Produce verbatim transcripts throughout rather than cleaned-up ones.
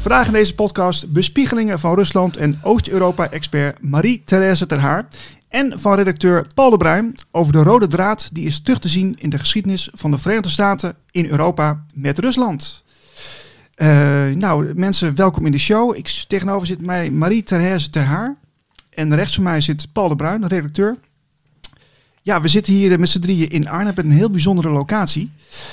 Vandaag in deze podcast bespiegelingen van Rusland en Oost-Europa-expert Marie-Thérèse ter Haar en van redacteur Paul de Bruin over de rode draad die is terug te zien in de geschiedenis van de Verenigde Staten in Europa met Rusland. Uh, nou, mensen, welkom in de show. Ik, tegenover zit mij Marie-Thérèse ter Haar en rechts van mij zit Paul de Bruin, redacteur. Ja, we zitten hier met z'n drieën in Arnhem op een heel bijzondere locatie.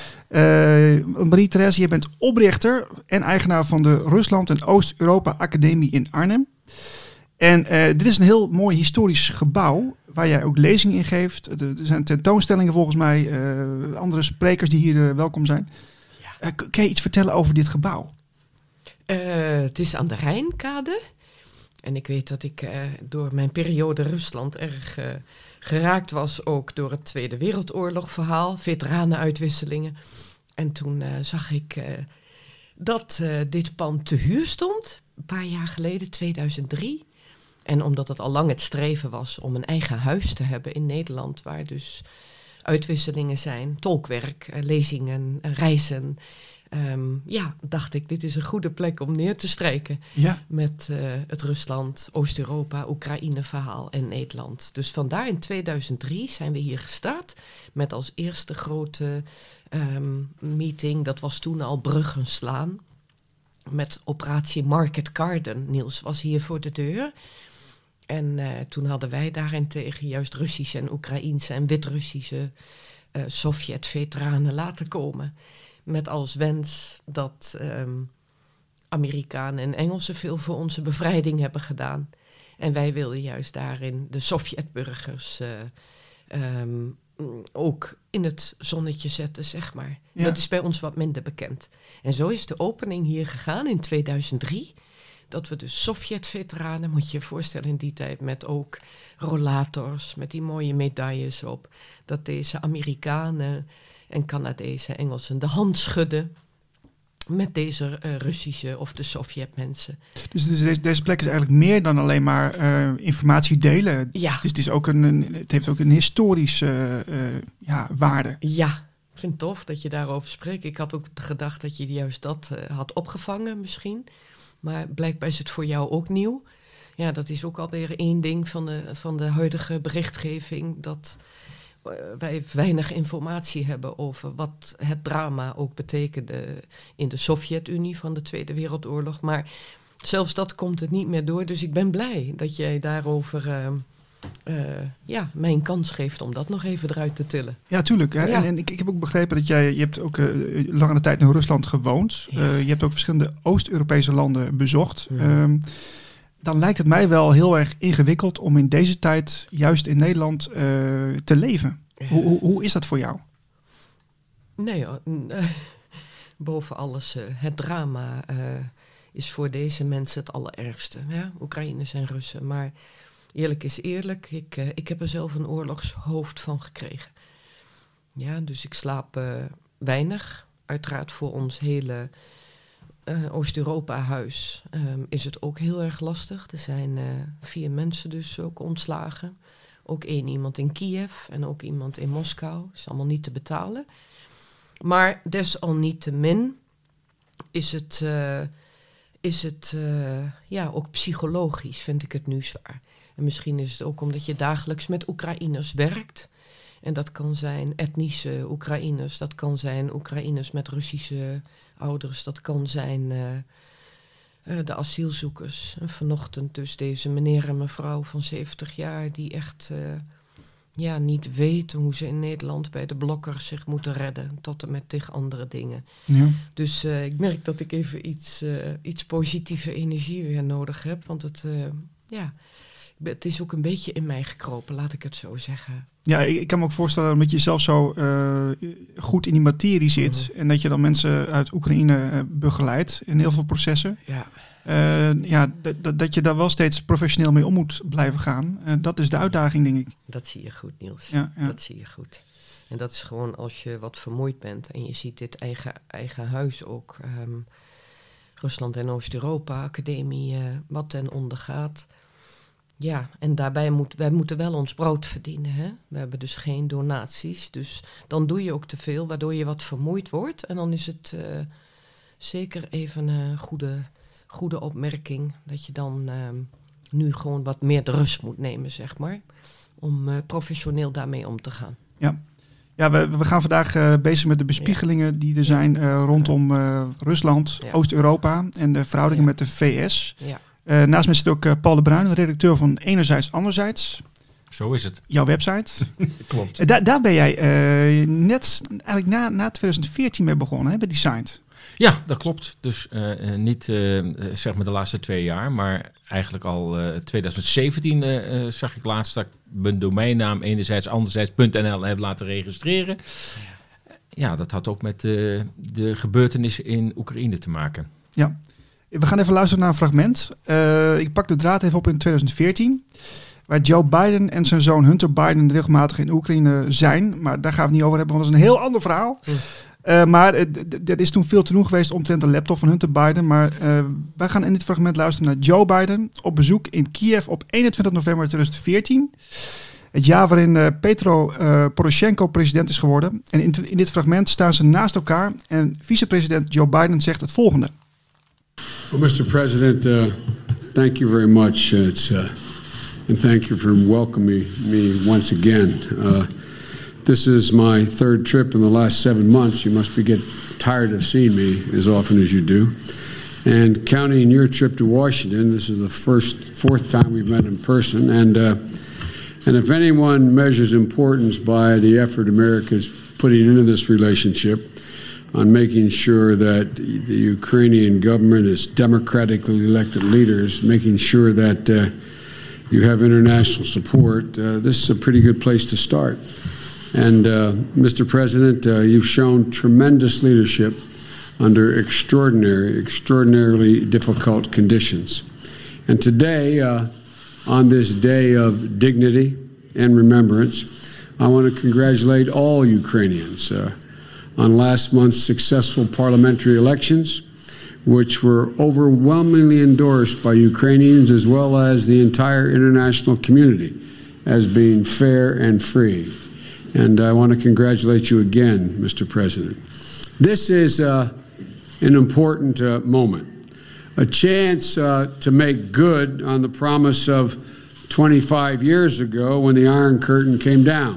Uh, Marie-Thérèse, je bent oprichter en eigenaar van de Rusland en Oost-Europa Academie in Arnhem. En uh, dit is een heel mooi historisch gebouw waar jij ook lezingen in geeft. Er zijn tentoonstellingen volgens mij, uh, andere sprekers die hier uh, welkom zijn. Ja. Uh, kun je iets vertellen over dit gebouw? Uh, het is aan de Rijnkade. En ik weet dat ik uh, door mijn periode Rusland erg uh, geraakt was, ook door het Tweede Wereldoorlog verhaal, veteranenuitwisselingen. En toen uh, zag ik uh, dat uh, dit pand te huur stond, een paar jaar geleden, tweeduizend drie. En omdat het al lang het streven was om een eigen huis te hebben in Nederland, waar dus uitwisselingen zijn, tolkwerk, uh, lezingen, uh, reizen. Um, ja, dacht ik, dit is een goede plek om neer te strijken ja. met uh, het Rusland, Oost-Europa, Oekraïne verhaal en Nederland. Dus vandaar in tweeduizend drie zijn we hier gestart met als eerste grote um, meeting, dat was toen al Bruggen slaan, met operatie Market Garden. Niels was hier voor de deur. En uh, toen hadden wij daarentegen juist Russische en Oekraïense en Wit-Russische uh, Sovjet-veteranen laten komen. Met als wens dat um, Amerikanen en Engelsen veel voor onze bevrijding hebben gedaan. En wij wilden juist daarin de Sovjetburgers uh, um, ook in het zonnetje zetten, zeg maar. Ja. Dat is bij ons wat minder bekend. En zo is de opening hier gegaan in tweeduizend drie. Dat we dus Sovjet-veteranen, moet je je voorstellen in die tijd, met ook rollators, met die mooie medailles op. Dat deze Amerikanen en Canadezen, Engelsen de hand schudden met deze uh, Russische of de Sovjet-mensen. Dus deze, deze plek is eigenlijk meer dan alleen maar uh, informatie delen. Ja. Dus het, is ook een, een, het heeft ook een historische uh, uh, ja, waarde. Ja, ik vind het tof dat je daarover spreekt. Ik had ook gedacht dat je juist dat uh, had opgevangen misschien. Maar blijkbaar is het voor jou ook nieuw. Ja, dat is ook alweer één ding van de, van de huidige berichtgeving, dat wij weinig informatie hebben over wat het drama ook betekende in de Sovjet-Unie van de Tweede Wereldoorlog. Maar zelfs dat komt het niet meer door. Dus ik ben blij dat jij daarover uh, uh, ja, mij een kans geeft om dat nog even eruit te tillen. Ja, tuurlijk. Hè? Ja. En, en ik, ik heb ook begrepen dat jij, je hebt ook uh, langere tijd in Rusland gewoond. Ja. Uh, je hebt ook verschillende Oost-Europese landen bezocht. Ja. Um, Dan lijkt het mij wel heel erg ingewikkeld om in deze tijd juist in Nederland uh, te leven. Ja. Hoe, hoe, hoe is dat voor jou? Nee, uh, boven alles, uh, het drama uh, is voor deze mensen het allerergste. Ja? Oekraïners en Russen. Maar eerlijk is eerlijk, ik, uh, ik heb er zelf een oorlogshoofd van gekregen. Ja, dus ik slaap uh, weinig. Uiteraard voor ons hele Uh, Oost-Europa-huis um, is het ook heel erg lastig. Er zijn uh, vier mensen dus ook ontslagen. Ook één iemand in Kiev en ook iemand in Moskou. Is allemaal niet te betalen. Maar desalniettemin is het, uh, is het uh, ja, ook psychologisch, vind ik het nu zwaar. En misschien is het ook omdat je dagelijks met Oekraïners werkt. En dat kan zijn etnische Oekraïners, dat kan zijn Oekraïners met Russische ouders, dat kan zijn uh, uh, de asielzoekers. En vanochtend dus deze meneer en mevrouw van zeventig jaar die echt uh, ja, niet weten hoe ze in Nederland bij de blokkers zich moeten redden, tot en met tegen andere dingen. Ja. Dus uh, ik merk dat ik even iets, uh, iets positieve energie weer nodig heb, want het, uh, ja, het is ook een beetje in mij gekropen, laat ik het zo zeggen. Ja, ik, ik kan me ook voorstellen dat je zelf zo uh, goed in die materie zit. Mm-hmm. En dat je dan mensen uit Oekraïne uh, begeleidt in heel veel processen. Ja. Uh, ja, d- d- dat je daar wel steeds professioneel mee om moet blijven gaan. Uh, dat is de uitdaging, denk ik. Dat zie je goed, Niels. Ja, ja. Dat zie je goed. En dat is gewoon als je wat vermoeid bent en je ziet dit eigen, eigen huis ook. Um, Rusland en Oost-Europa Academie, uh, wat ten onder gaat. Ja, en daarbij moet, wij moeten wel ons brood verdienen. Hè? We hebben dus geen donaties. Dus dan doe je ook te veel, waardoor je wat vermoeid wordt. En dan is het uh, zeker even een goede, goede opmerking. Dat je dan uh, nu gewoon wat meer de rust moet nemen, zeg maar. Om uh, professioneel daarmee om te gaan. Ja, ja we, we gaan vandaag uh, bezig met de bespiegelingen ja. die er zijn uh, rondom uh, Rusland, ja. Oost-Europa en de verhoudingen ja. met de V S. Ja. Uh, naast mij zit ook uh, Paul de Bruin, redacteur van Enerzijds Anderzijds. Zo is het. Jouw website. Klopt. Uh, da- daar ben jij uh, net eigenlijk na, na twintig veertien mee begonnen, hè, bij Designed. Ja, dat klopt. Dus uh, niet uh, zeg maar de laatste twee jaar, maar eigenlijk al uh, twintig zeventien uh, zag ik laatst dat ik mijn domeinnaam enerzijds anderzijds punt n l heb laten registreren. Ja, dat had ook met uh, de gebeurtenissen in Oekraïne te maken. Ja, we gaan even luisteren naar een fragment. Uh, ik pak de draad even op in twintig veertien. Waar Joe Biden en zijn zoon Hunter Biden regelmatig in Oekraïne zijn. Maar daar gaan we het niet over hebben, want dat is een heel ander verhaal. Mm. Uh, maar uh, d- er is toen veel te doen geweest omtrent de laptop van Hunter Biden. Maar uh, wij gaan in dit fragment luisteren naar Joe Biden op bezoek in Kiev op eenentwintig november twintig veertien. Het jaar waarin uh, Petro uh, Poroshenko president is geworden. En in, t- in dit fragment staan ze naast elkaar. En vicepresident Joe Biden zegt het volgende. Well, mister President, uh, thank you very much. Uh, it's, uh, and thank you for welcoming me once again. Uh, This is my third trip in the last seven months. You must be get tired of seeing me as often as you do. And counting your trip to Washington, this is the first, fourth time we've met in person. And uh, and if anyone measures importance by the effort America is putting into this relationship on making sure that the Ukrainian government is democratically elected leaders, making sure that uh, you have international support, uh, this is a pretty good place to start. And uh, mister President, uh, you've shown tremendous leadership under extraordinary, extraordinarily difficult conditions. And today, uh, on this day of dignity and remembrance, I want to congratulate all Ukrainians uh, on last month's successful parliamentary elections, which were overwhelmingly endorsed by Ukrainians as well as the entire international community as being fair and free. And I want to congratulate you again, mister President. This is uh, an important uh, moment, a chance uh, to make good on the promise of twenty-five years ago when the Iron Curtain came down.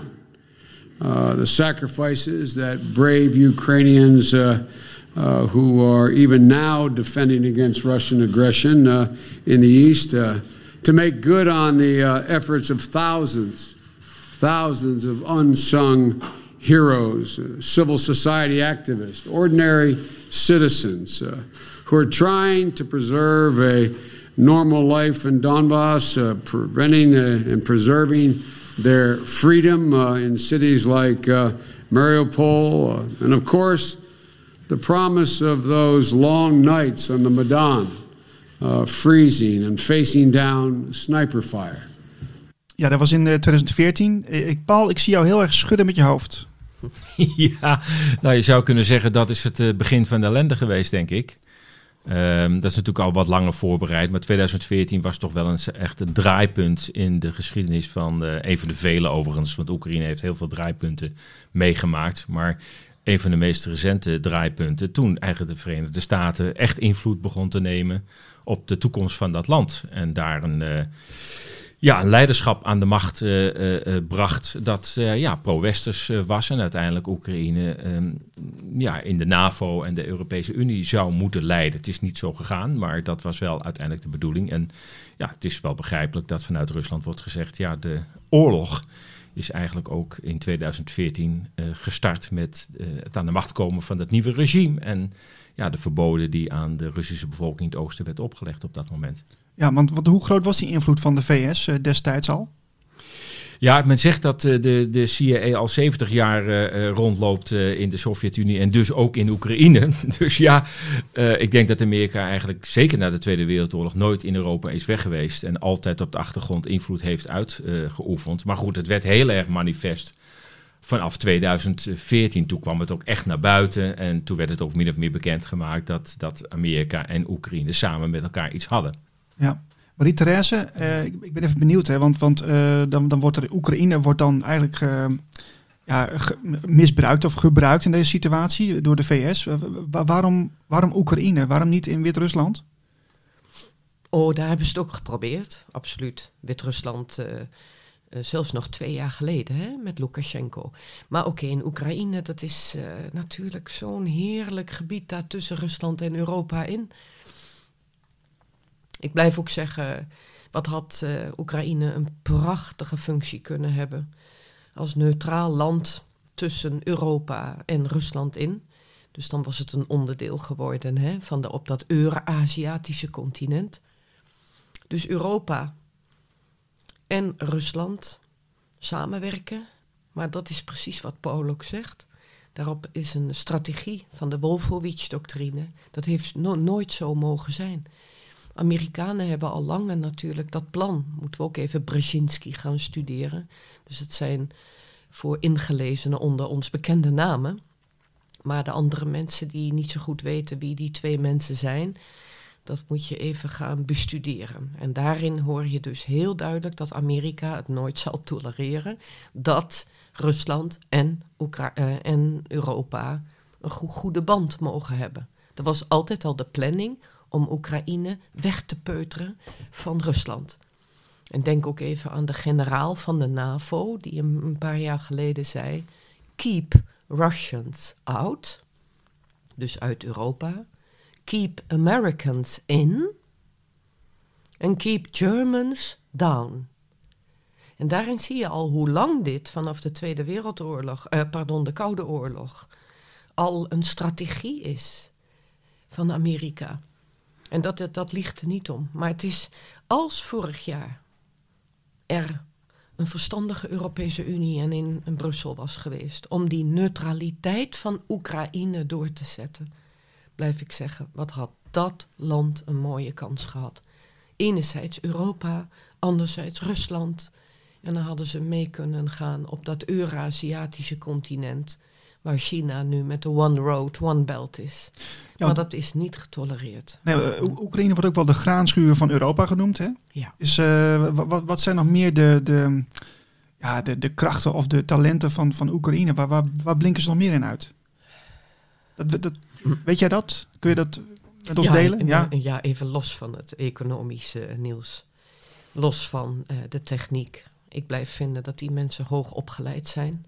Uh, the sacrifices that brave Ukrainians uh, uh, who are even now defending against Russian aggression uh, in the East, uh, to make good on the uh, efforts of thousands Thousands of unsung heroes, uh, civil society activists, ordinary citizens uh, who are trying to preserve a normal life in Donbass, uh, preventing uh, and preserving their freedom uh, in cities like uh, Mariupol. Uh, and of course, the promise of those long nights on the Maidan, uh, freezing and facing down sniper fire. Ja, dat was in uh, twintig veertien. Ik, Paul, ik zie jou heel erg schudden met je hoofd. Ja, nou je zou kunnen zeggen dat is het uh, begin van de ellende geweest, denk ik. Um, dat is natuurlijk al wat langer voorbereid, maar twintig veertien was toch wel een, echt een draaipunt in de geschiedenis van uh, een van de vele overigens, want Oekraïne heeft heel veel draaipunten meegemaakt, maar een van de meest recente draaipunten toen eigenlijk de Verenigde Staten echt invloed begon te nemen op de toekomst van dat land en daar een... Uh, Ja, een leiderschap aan de macht uh, uh, uh, bracht dat uh, ja, pro-westers uh, was en uiteindelijk Oekraïne um, ja, in de NAVO en de Europese Unie zou moeten leiden. Het is niet zo gegaan, maar dat was wel uiteindelijk de bedoeling. En ja, het is wel begrijpelijk dat vanuit Rusland wordt gezegd, ja, de oorlog is eigenlijk ook in twintig veertien uh, gestart met uh, het aan de macht komen van het nieuwe regime en ja, de verboden die aan de Russische bevolking in het oosten werd opgelegd op dat moment. Ja, want, want hoe groot was die invloed van de V S uh, destijds al? Ja, men zegt dat uh, de, de C I A al zeventig jaar uh, rondloopt uh, in de Sovjet-Unie en dus ook in Oekraïne. Dus ja, uh, ik denk dat Amerika eigenlijk zeker na de Tweede Wereldoorlog nooit in Europa is weg geweest en altijd op de achtergrond invloed heeft uitgeoefend. Uh, maar goed, het werd heel erg manifest vanaf twintig veertien. Toen kwam het ook echt naar buiten en toen werd het ook min of meer bekendgemaakt dat, dat Amerika en Oekraïne samen met elkaar iets hadden. Ja, Marie-Thérèse, uh, ik, ik ben even benieuwd, hè, want, want uh, dan, dan wordt er Oekraïne wordt dan eigenlijk uh, ja, ge, misbruikt of gebruikt in deze situatie door de V S. Uh, waarom, waarom Oekraïne? Waarom niet in Wit-Rusland? Oh, daar hebben ze het ook geprobeerd, absoluut. Wit-Rusland, uh, uh, zelfs nog twee jaar geleden, hè, met Lukashenko. Maar oké, okay, in Oekraïne, dat is uh, natuurlijk zo'n heerlijk gebied daar tussen Rusland en Europa in. Ik blijf ook zeggen, wat had uh, Oekraïne een prachtige functie kunnen hebben als neutraal land tussen Europa en Rusland in. Dus dan was het een onderdeel geworden, hè, van de, op dat Euraziatische continent. Dus Europa en Rusland samenwerken. Maar dat is precies wat Paul ook zegt. Daarop is een strategie van de Wolfowitz-doctrine. Dat heeft no- nooit zo mogen zijn. Amerikanen hebben al lang natuurlijk dat plan. Moeten we ook even Brzezinski gaan studeren. Dus het zijn voor ingelezenen onder ons bekende namen. Maar de andere mensen die niet zo goed weten wie die twee mensen zijn, dat moet je even gaan bestuderen. En daarin hoor je dus heel duidelijk dat Amerika het nooit zal tolereren dat Rusland en, Oekra- uh, en Europa een go- goede band mogen hebben. Er was altijd al de planning om Oekraïne weg te peuteren van Rusland. En denk ook even aan de generaal van de NAVO, die een, een paar jaar geleden zei, keep Russians out, dus uit Europa, keep Americans in en keep Germans down. En daarin zie je al hoe lang dit vanaf de Tweede Wereldoorlog, uh, pardon, de Koude Oorlog, al een strategie is van Amerika. En dat, dat, dat ligt er niet om. Maar het is als vorig jaar er een verstandige Europese Unie en in, in Brussel was geweest om die neutraliteit van Oekraïne door te zetten, blijf ik zeggen, wat had dat land een mooie kans gehad. Enerzijds Europa, anderzijds Rusland. En dan hadden ze mee kunnen gaan op dat Euraziatische continent, waar China nu met de One Road, One Belt is. Ja, maar dat is niet getolereerd. Nee, o- Oekraïne wordt ook wel de graanschuur van Europa genoemd, hè? Ja. Dus uh, wat, wat zijn nog meer de, de, ja, de, de krachten of de talenten van, van Oekraïne? Waar, waar, waar blinken ze nog meer in uit? Dat, dat, weet jij dat? Kun je dat met ons ja, delen? Ja? ja, even los van het economische uh, nieuws. Los van uh, de techniek. Ik blijf vinden dat die mensen hoog opgeleid zijn.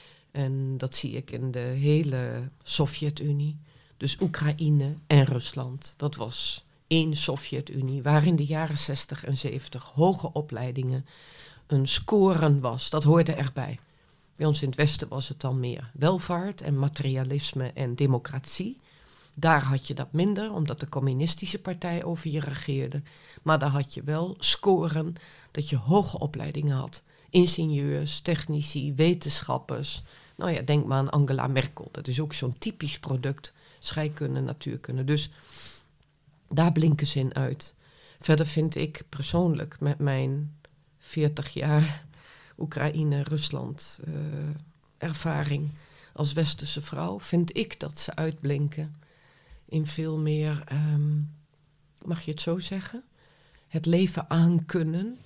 En dat zie ik in de hele Sovjet-Unie. Dus Oekraïne en Rusland. Dat was één Sovjet-Unie, waar in de jaren zestig en zeventig hoge opleidingen een scoren was. Dat hoorde erbij. Bij ons in het Westen was het dan meer welvaart en materialisme en democratie. Daar had je dat minder, omdat de communistische partij over je regeerde. Maar daar had je wel scoren dat je hoge opleidingen had. Ingenieurs, technici, wetenschappers. Nou ja, denk maar aan Angela Merkel. Dat is ook zo'n typisch product. Scheikunde, natuurkunde. Dus daar blinken ze in uit. Verder vind ik persoonlijk met mijn veertig jaar Oekraïne, Rusland uh, ervaring als westerse vrouw, vind ik dat ze uitblinken in veel meer, um, mag je het zo zeggen, het leven aankunnen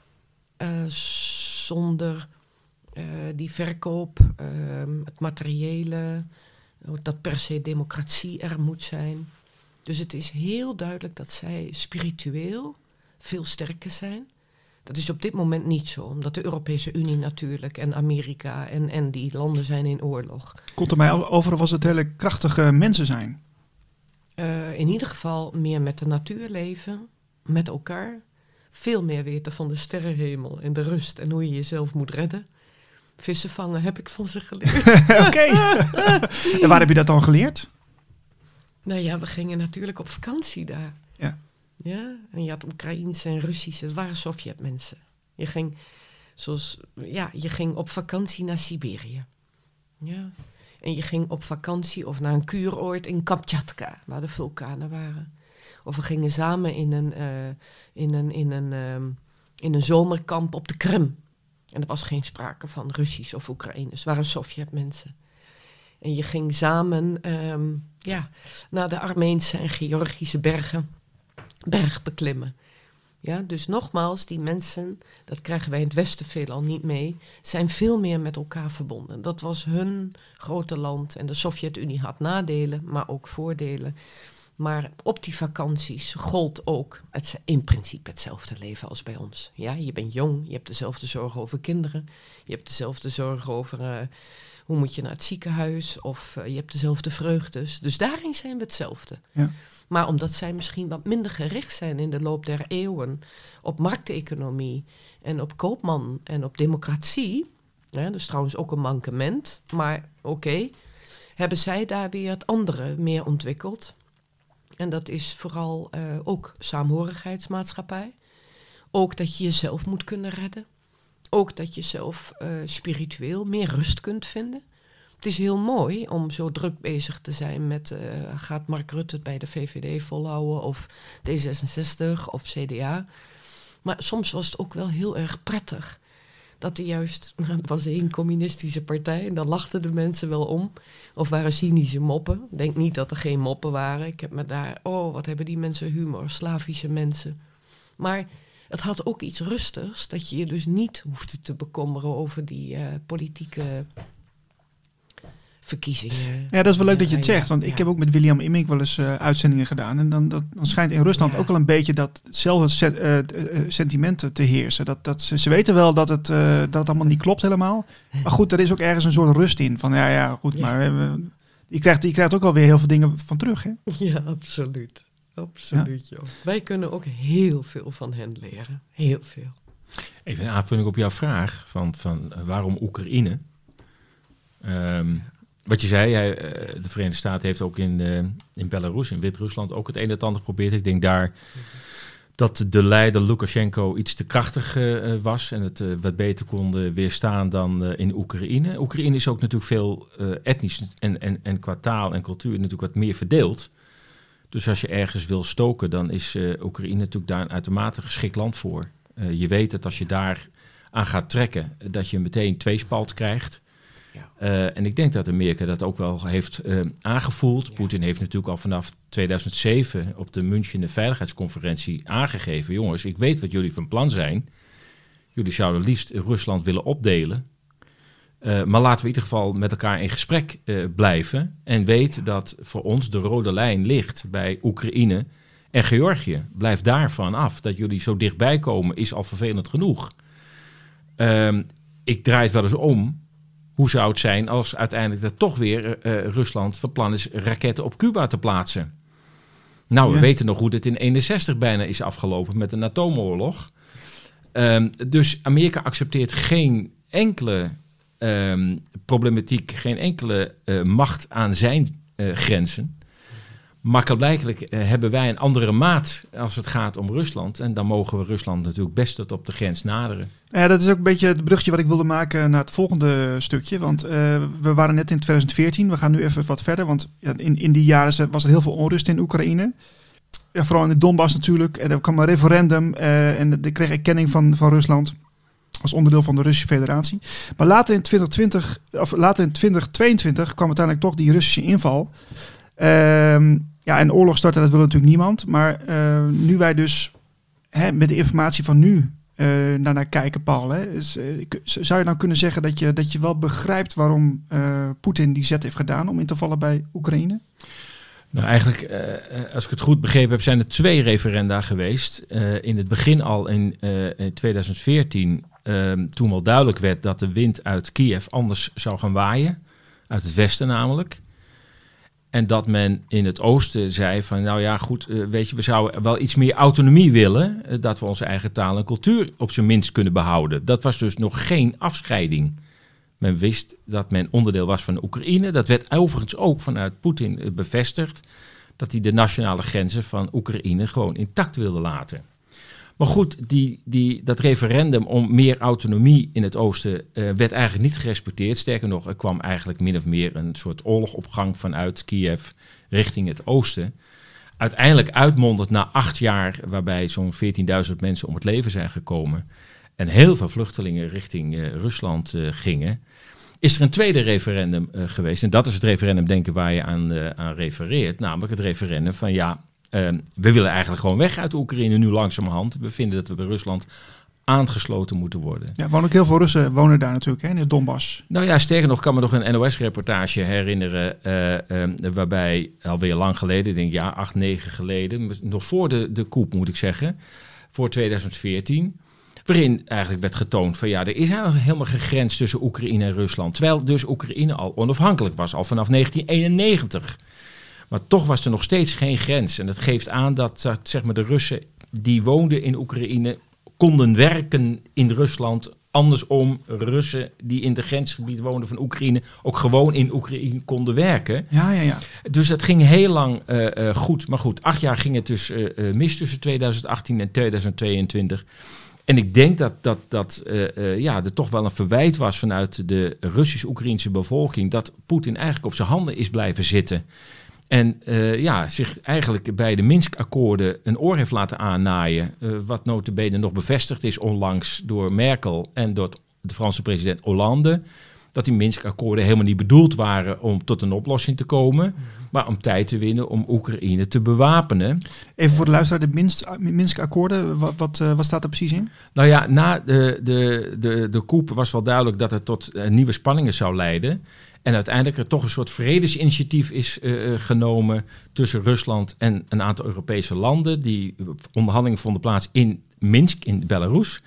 uh, zonder uh, die verkoop, uh, het materiële, dat per se democratie er moet zijn. Dus het is heel duidelijk dat zij spiritueel veel sterker zijn. Dat is op dit moment niet zo, omdat de Europese Unie natuurlijk en Amerika en, en die landen zijn in oorlog. Komt er mij over was het hele krachtige mensen zijn? Uh, in ieder geval meer met de natuur leven, met elkaar. Veel meer weten van de sterrenhemel en de rust en hoe je jezelf moet redden. Vissen vangen heb ik van ze geleerd. Oké. Okay. En waar heb je dat dan geleerd? Nou ja, we gingen natuurlijk op vakantie daar. Ja. Ja, en je had Oekraïense en Russische, het waren Sovjetmensen. Je ging, zoals, ja, je ging op vakantie naar Siberië. Ja. En je ging op vakantie of naar een kuuroord in Kamtjatka, waar de vulkanen waren. Of we gingen samen in een, uh, in een, in een, um, in een zomerkamp op de Krim. En er was geen sprake van Russisch of Oekraïners, het waren Sovjetmensen. En je ging samen um, ja, naar de Armeense en Georgische bergen, berg beklimmen. Ja, dus nogmaals, die mensen, dat krijgen wij in het Westen veelal niet mee, zijn veel meer met elkaar verbonden. Dat was hun grote land en de Sovjet-Unie had nadelen, maar ook voordelen. Maar op die vakanties gold ook het, in principe hetzelfde leven als bij ons. Ja, je bent jong, je hebt dezelfde zorgen over kinderen. Je hebt dezelfde zorgen over uh, hoe moet je naar het ziekenhuis. Of uh, je hebt dezelfde vreugdes. Dus daarin zijn we hetzelfde. Ja. Maar omdat zij misschien wat minder gericht zijn in de loop der eeuwen op markteconomie en op koopman en op democratie. Ja, dus trouwens ook een mankement. Maar oké, okay, hebben zij daar weer het andere meer ontwikkeld. En dat is vooral uh, ook saamhorigheidsmaatschappij. Ook dat je jezelf moet kunnen redden. Ook dat je zelf uh, spiritueel meer rust kunt vinden. Het is heel mooi om zo druk bezig te zijn met... Uh, gaat Mark Rutte het bij de V V D volhouden of D zesenzestig of C D A. Maar soms was het ook wel heel erg prettig. Dat er juist... Nou, het was één communistische partij en daar lachten de mensen wel om. Of waren cynische moppen. Ik denk niet dat er geen moppen waren. Ik heb me daar... Oh, wat hebben die mensen humor. Slavische mensen. Maar het had ook iets rustigs. Dat je je dus niet hoefde te bekommeren over die uh, politieke... verkiezingen. Ja, dat is wel leuk dat je het zegt. Want ja. ik heb ook met William Immink wel eens uh, uitzendingen gedaan. En dan, dat, dan schijnt in Rusland ja. ook al een beetje datzelfde set, uh, uh, sentimenten te heersen. Dat, dat ze, ze weten wel dat het, uh, dat het allemaal niet klopt helemaal. Maar goed, er is ook ergens een soort rust in. Van ja, ja, goed, ja. maar we hebben, je, krijgt, je krijgt ook alweer heel veel dingen van terug. Hè? Ja, absoluut. Absoluut, ja. joh. Wij kunnen ook heel veel van hen leren. Heel veel. Even een aanvulling op jouw vraag van, van waarom Oekraïne? Um, Wat je zei, hij, de Verenigde Staten heeft ook in, uh, in Belarus, in Wit-Rusland, ook het een en het ander geprobeerd. Ik denk daar dat de leider Lukashenko iets te krachtig uh, was en het uh, wat beter kon weerstaan dan uh, in Oekraïne. Oekraïne is ook natuurlijk veel uh, etnisch en, en, en qua taal en cultuur natuurlijk wat meer verdeeld. Dus als je ergens wil stoken, dan is uh, Oekraïne natuurlijk daar een uitermate geschikt land voor. Uh, je weet dat als je daar aan gaat trekken, dat je meteen tweespalt krijgt. Ja. Uh, en ik denk dat Amerika dat ook wel heeft uh, aangevoeld. Ja. Poetin heeft natuurlijk al vanaf tweeduizend zeven op de München Veiligheidsconferentie aangegeven... jongens, ik weet wat jullie van plan zijn. Jullie zouden liefst Rusland willen opdelen. Uh, maar laten we in ieder geval met elkaar in gesprek uh, blijven. En weet ja. dat voor ons de rode lijn ligt bij Oekraïne en Georgië. Blijf daarvan af. Dat jullie zo dichtbij komen is al vervelend genoeg. Uh, ik draai het wel eens om... Hoe zou het zijn als uiteindelijk er toch weer uh, Rusland van plan is raketten op Cuba te plaatsen? Nou, we ja. weten nog hoe dit in eenenzestig bijna is afgelopen met een atoomoorlog. Um, dus Amerika accepteert geen enkele um, problematiek, geen enkele uh, macht aan zijn uh, grenzen. Maar blijkbaar uh, hebben wij een andere maat als het gaat om Rusland. En dan mogen we Rusland natuurlijk best tot op de grens naderen. Ja, dat is ook een beetje het brugje wat ik wilde maken naar het volgende stukje. Want uh, we waren net in twintig veertien. We gaan nu even wat verder. Want ja, in, in die jaren was er heel veel onrust in Oekraïne. Ja, vooral in de Donbass natuurlijk. En er kwam een referendum. Uh, en er kreeg erkenning van, van Rusland. Als onderdeel van de Russische Federatie. Maar later in, twintig twintig, of later in twintig tweeëntwintig kwam uiteindelijk toch die Russische inval. Uh, ja, en oorlog starten, dat wil natuurlijk niemand. Maar uh, nu wij dus hè, met de informatie van nu uh, naar, naar kijken, Paul. Hè, is, uh, zou je nou kunnen zeggen dat je, dat je wel begrijpt waarom uh, Poetin die zet heeft gedaan om in te vallen bij Oekraïne? Nou, eigenlijk, uh, als ik het goed begrepen heb, zijn er twee referenda geweest. Uh, in het begin al in, uh, in twintig veertien, uh, toen al duidelijk werd dat de wind uit Kiev anders zou gaan waaien. Uit het westen namelijk. En dat men in het oosten zei van, nou ja, goed, uh, weet je, we zouden wel iets meer autonomie willen. Uh, dat we onze eigen taal en cultuur op zijn minst kunnen behouden. Dat was dus nog geen afscheiding. Men wist dat men onderdeel was van de Oekraïne. Dat werd overigens ook vanuit Poetin uh, bevestigd. Dat hij de nationale grenzen van Oekraïne gewoon intact wilde laten. Maar goed, die, die, dat referendum om meer autonomie in het oosten uh, werd eigenlijk niet gerespecteerd. Sterker nog, er kwam eigenlijk min of meer een soort oorlogopgang vanuit Kiev richting het oosten. Uiteindelijk uitmondend na acht jaar, waarbij zo'n veertienduizend mensen om het leven zijn gekomen. En heel veel vluchtelingen richting uh, Rusland uh, gingen. Is er een tweede referendum uh, geweest. En dat is het referendum, denk ik, waar je aan, uh, aan refereert. Namelijk het referendum van ja... Uh, we willen eigenlijk gewoon weg uit Oekraïne nu langzamerhand. We vinden dat we bij Rusland aangesloten moeten worden. Ja, wonen ook heel veel Russen wonen daar natuurlijk, hè, in de Donbass. Nou ja, sterker nog, kan me nog een N O S-reportage herinneren, uh, uh, waarbij alweer lang geleden, ik denk ja, acht, negen geleden, nog voor de, de coup moet ik zeggen, voor tweeduizend veertien, waarin eigenlijk werd getoond van ja, er is eigenlijk helemaal geen grens tussen Oekraïne en Rusland. Terwijl dus Oekraïne al onafhankelijk was, al vanaf negentien eenennegentig. Maar toch was er nog steeds geen grens. En dat geeft aan dat zeg maar, de Russen die woonden in Oekraïne konden werken in Rusland. Andersom, Russen die in de grensgebied woonden van Oekraïne ook gewoon in Oekraïne konden werken. Ja, ja, ja. Dus dat ging heel lang uh, uh, goed. Maar goed, acht jaar ging het dus uh, uh, mis tussen tweeduizend achttien en tweeduizend tweeëntwintig. En ik denk dat, dat, dat uh, uh, ja, er toch wel een verwijt was vanuit de Russisch-Oekraïnse bevolking dat Poetin eigenlijk op zijn handen is blijven zitten. En uh, ja, zich eigenlijk bij de Minsk-akkoorden een oor heeft laten aannaaien. Uh, wat nota bene nog bevestigd is onlangs door Merkel en door de Franse president Hollande. Dat die Minsk-akkoorden helemaal niet bedoeld waren om tot een oplossing te komen. Maar om tijd te winnen om Oekraïne te bewapenen. Even voor de luisteraar, de Minsk, Minsk-akkoorden, wat, wat, uh, wat staat er precies in? Nou ja, na de, de, de, de coup was wel duidelijk dat het tot uh, nieuwe spanningen zou leiden. En uiteindelijk er toch een soort vredesinitiatief is uh, genomen tussen Rusland en een aantal Europese landen. Die onderhandelingen vonden plaats in Minsk, in Belarus.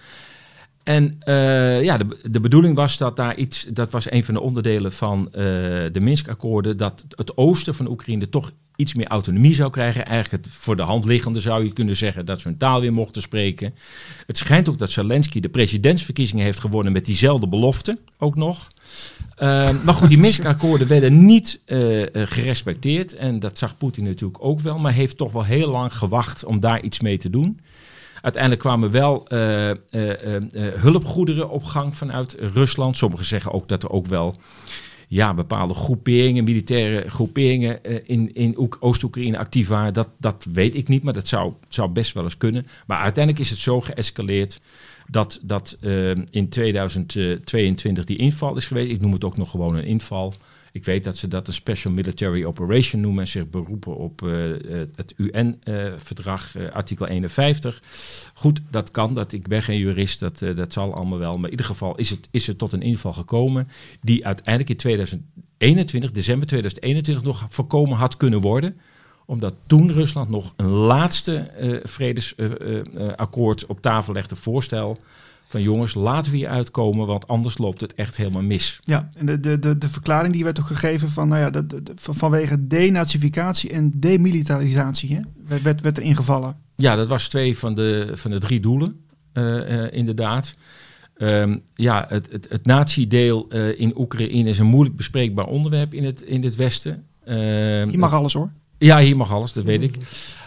En uh, ja, de, de bedoeling was dat daar iets, dat was een van de onderdelen van uh, de Minsk-akkoorden, dat het oosten van Oekraïne toch iets meer autonomie zou krijgen. Eigenlijk het voor de hand liggende zou je kunnen zeggen dat ze hun taal weer mochten spreken. Het schijnt ook dat Zelensky de presidentsverkiezingen heeft gewonnen met diezelfde belofte ook nog. Uh, maar goed, die Minsk-akkoorden werden niet uh, uh, gerespecteerd. En dat zag Poetin natuurlijk ook wel. Maar heeft toch wel heel lang gewacht om daar iets mee te doen. Uiteindelijk kwamen wel uh, uh, uh, uh, hulpgoederen op gang vanuit Rusland. Sommigen zeggen ook dat er ook wel ja, bepaalde groeperingen, militaire groeperingen uh, in, in Oost-Oekraïne actief waren. Dat, dat weet ik niet, maar dat zou, zou best wel eens kunnen. Maar uiteindelijk is het zo geëscaleerd dat, dat uh, in tweeduizend tweeëntwintig die inval is geweest. Ik noem het ook nog gewoon een inval. Ik weet dat ze dat een Special Military Operation noemen en zich beroepen op uh, het U N-verdrag, uh, artikel eenenvijftig. Goed, dat kan, dat, ik ben geen jurist, dat, uh, dat zal allemaal wel. Maar in ieder geval is het, is het tot een inval gekomen die uiteindelijk in tweeduizend eenentwintig, december tweeduizend eenentwintig, nog voorkomen had kunnen worden. Omdat toen Rusland nog een laatste uh, vredesakkoord uh, uh, op tafel legde, voorstel van jongens, laten we hier uitkomen, want anders loopt het echt helemaal mis. Ja, en de, de, de, de verklaring die werd ook gegeven van, nou ja, de, de, de, vanwege denazificatie en demilitarisatie, hè, werd, werd er ingevallen. Ja, dat was twee van de, van de drie doelen, uh, uh, inderdaad. Um, ja, het, het, het nazi-deel uh, in Oekraïne is een moeilijk bespreekbaar onderwerp in het, in het Westen. Uh, Je mag alles hoor. Ja, hier mag alles, dat weet ik. Uh,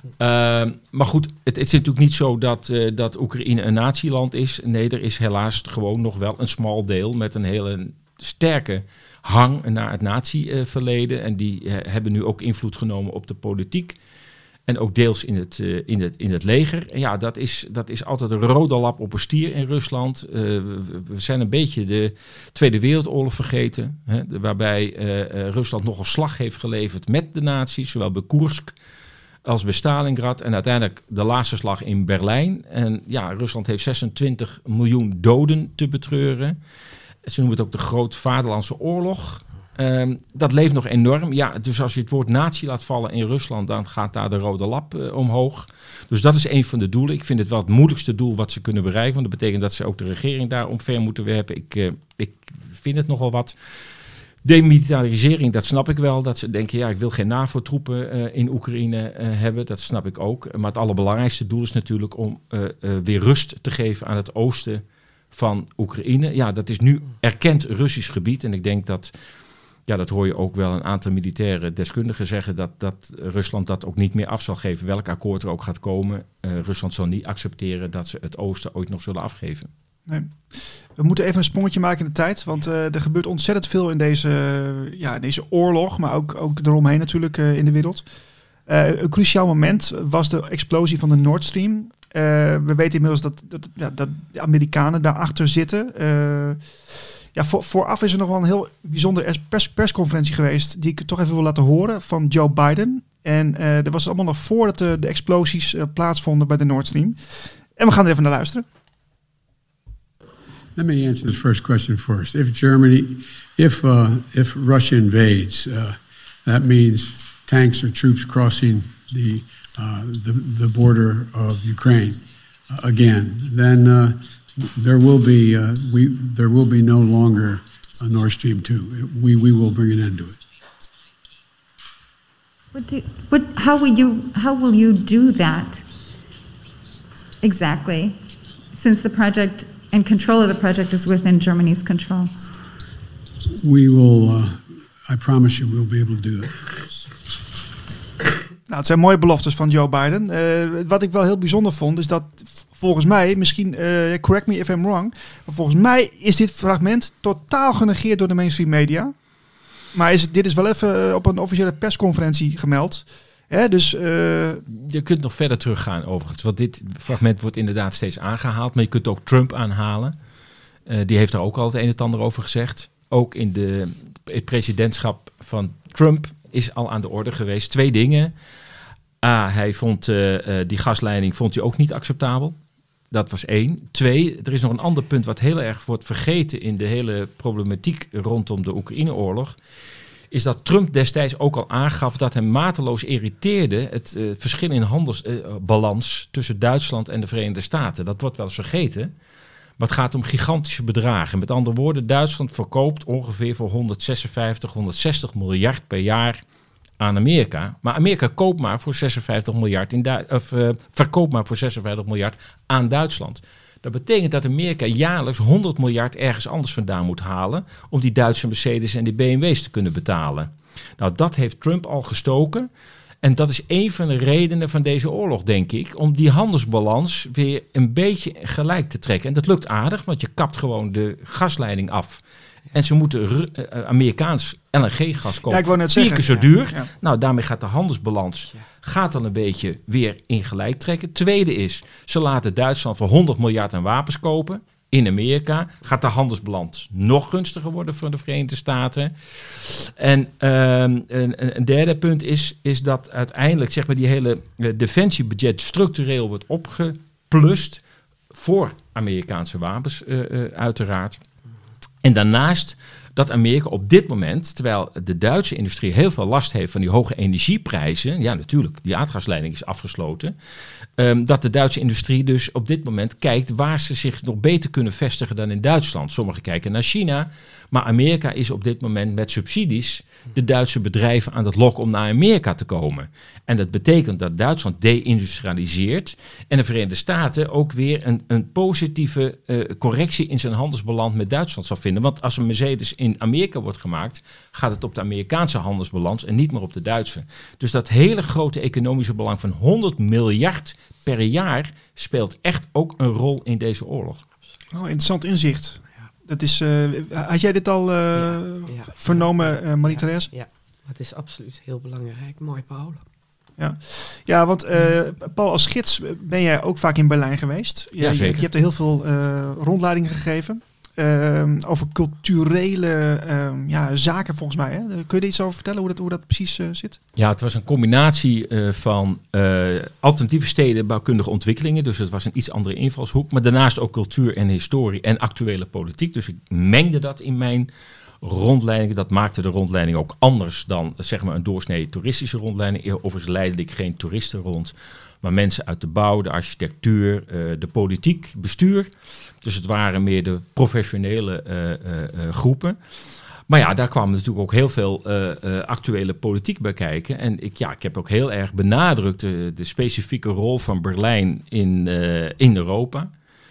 maar goed, het, het is natuurlijk niet zo dat, uh, dat Oekraïne een natieland is. Nee, er is helaas gewoon nog wel een smal deel met een hele sterke hang naar het natieverleden. En die uh, hebben nu ook invloed genomen op de politiek. En ook deels in het, uh, in het, in het leger. En ja, dat is, dat is altijd een rode lap op een stier in Rusland. Uh, we, we zijn een beetje de Tweede Wereldoorlog vergeten. Hè, waarbij uh, uh, Rusland nogal slag heeft geleverd met de nazi's. Zowel bij Koersk als bij Stalingrad. En uiteindelijk de laatste slag in Berlijn. En ja, Rusland heeft zesentwintig miljoen doden te betreuren. Ze noemen het ook de Grote Vaderlandse Oorlog. Um, dat leeft nog enorm. Ja, dus als je het woord nazi laat vallen in Rusland, dan gaat daar de rode lap uh, omhoog. Dus dat is een van de doelen. Ik vind het wel het moeilijkste doel wat ze kunnen bereiken. Want dat betekent dat ze ook de regering daar omver moeten werpen. Ik, uh, ik vind het nogal wat. Demilitarisering, dat snap ik wel. Dat ze denken, ja, ik wil geen NAVO-troepen uh, in Oekraïne uh, hebben. Dat snap ik ook. Maar het allerbelangrijkste doel is natuurlijk om uh, uh, weer rust te geven aan het oosten van Oekraïne. Ja, dat is nu erkend Russisch gebied. En ik denk dat, ja, dat hoor je ook wel een aantal militaire deskundigen zeggen, dat, dat Rusland dat ook niet meer af zal geven. Welk akkoord er ook gaat komen. Uh, Rusland zal niet accepteren dat ze het oosten ooit nog zullen afgeven. Nee. We moeten even een sprongetje maken in de tijd, want uh, er gebeurt ontzettend veel in deze, uh, ja, in deze oorlog, maar ook, ook eromheen natuurlijk uh, in de wereld. Uh, een cruciaal moment was de explosie van de Nord Stream. Uh, we weten inmiddels dat, dat, ja, dat de Amerikanen daarachter zitten. Uh, ja, voor, vooraf is er nog wel een heel bijzondere pers, persconferentie geweest, die ik toch even wil laten horen, van Joe Biden. En uh, dat was allemaal nog voordat de, de explosies uh, plaatsvonden bij de Nord Stream. En we gaan er even naar luisteren. Let me answer the first question first. If Germany, if uh, if Russia invades, uh, that means tanks or troops crossing the uh, the, the border of Ukraine uh, again. Then uh, there will be uh, we there will be no longer a Nord Stream two. We we will bring an end to it. What do, what, how will you how will you do that exactly, since the project and control of the project is within Germany's control? We will. Uh, I promise you, we'll be able to do it. Nou, het zijn mooie beloftes van Joe Biden. Uh, wat ik wel heel bijzonder vond, is dat volgens mij, misschien, uh, correct me if I'm wrong, maar volgens mij is dit fragment totaal genegeerd door de mainstream media. Maar is het, dit is wel even op een officiële persconferentie gemeld. Hè, dus, uh... Je kunt nog verder teruggaan overigens. Want dit fragment wordt inderdaad steeds aangehaald. Maar je kunt ook Trump aanhalen. Uh, die heeft daar ook al het een en het ander over gezegd. Ook in de, het presidentschap van Trump is al aan de orde geweest. Twee dingen. A, hij vond uh, uh, die gasleiding vond hij ook niet acceptabel. Dat was één. Twee, er is nog een ander punt wat heel erg wordt vergeten in de hele problematiek rondom de Oekraïne-oorlog. Is dat Trump destijds ook al aangaf dat hem mateloos irriteerde het uh, verschil in handelsbalans uh, tussen Duitsland en de Verenigde Staten. Dat wordt wel eens vergeten. Maar het gaat om gigantische bedragen. Met andere woorden, Duitsland verkoopt ongeveer voor honderdzesenvijftig, honderdzestig miljard per jaar aan Amerika. Maar Amerika koopt maar voor zesenvijftig miljard in Du- of uh, verkoopt maar voor zesenvijftig miljard aan Duitsland. Dat betekent dat Amerika jaarlijks honderd miljard ergens anders vandaan moet halen om die Duitse Mercedes en die B M W's te kunnen betalen. Nou, dat heeft Trump al gestoken. En dat is een van de redenen van deze oorlog, denk ik, om die handelsbalans weer een beetje gelijk te trekken. En dat lukt aardig, want je kapt gewoon de gasleiding af. En ze moeten uh, Amerikaans L N G-gas kopen. Ja, ik wou net vier zeggen. keer zo duur. Ja, ja. Nou, daarmee gaat de handelsbalans gaat dan een beetje weer in gelijk trekken. Tweede is, ze laten Duitsland voor honderd miljard aan wapens kopen. In Amerika gaat de handelsbalans nog gunstiger worden voor de Verenigde Staten. En um, een, een derde punt is, is dat uiteindelijk zeg maar, die hele uh, defensiebudget structureel wordt opgeplust voor Amerikaanse wapens uh, uh, uiteraard. En daarnaast dat Amerika op dit moment, terwijl de Duitse industrie heel veel last heeft van die hoge energieprijzen, ja natuurlijk, die aardgasleiding is afgesloten, um, dat de Duitse industrie dus op dit moment kijkt waar ze zich nog beter kunnen vestigen dan in Duitsland. Sommigen kijken naar China, maar Amerika is op dit moment met subsidies de Duitse bedrijven aan het lokken om naar Amerika te komen. En dat betekent dat Duitsland deindustrialiseert en de Verenigde Staten ook weer een, een positieve uh, correctie in zijn handelsbalans met Duitsland zal vinden. Want als een Mercedes in Amerika wordt gemaakt, gaat het op de Amerikaanse handelsbalans en niet meer op de Duitse. Dus dat hele grote economische belang van honderd miljard per jaar speelt echt ook een rol in deze oorlog. Oh, interessant inzicht. Dat is, uh, had jij dit al uh, ja, ja, vernomen, uh, Marie-Thérèse? Ja, ja, dat is absoluut heel belangrijk. Mooi, Paul. Ja, ja want uh, Paul, als gids ben jij ook vaak in Berlijn geweest. Ja, zeker. Je, je hebt er heel veel uh, rondleidingen gegeven. Uh, over culturele uh, ja, zaken volgens mij. Hè? Kun je er iets over vertellen hoe dat, hoe dat precies uh, zit? Ja, het was een combinatie uh, van uh, alternatieve stedenbouwkundige ontwikkelingen. Dus het was een iets andere invalshoek. Maar daarnaast ook cultuur en historie en actuele politiek. Dus ik mengde dat in mijn rondleidingen. Dat maakte de rondleiding ook anders dan zeg maar een doorsnee toeristische rondleiding. Overigens leidde ik geen toeristen rond. Maar mensen uit de bouw, de architectuur, uh, de politiek, bestuur. Dus het waren meer de professionele uh, uh, uh, groepen. Maar ja, daar kwam natuurlijk ook heel veel uh, uh, actuele politiek bij kijken. En ik, ja, ik heb ook heel erg benadrukt de, de specifieke rol van Berlijn in, uh, in Europa.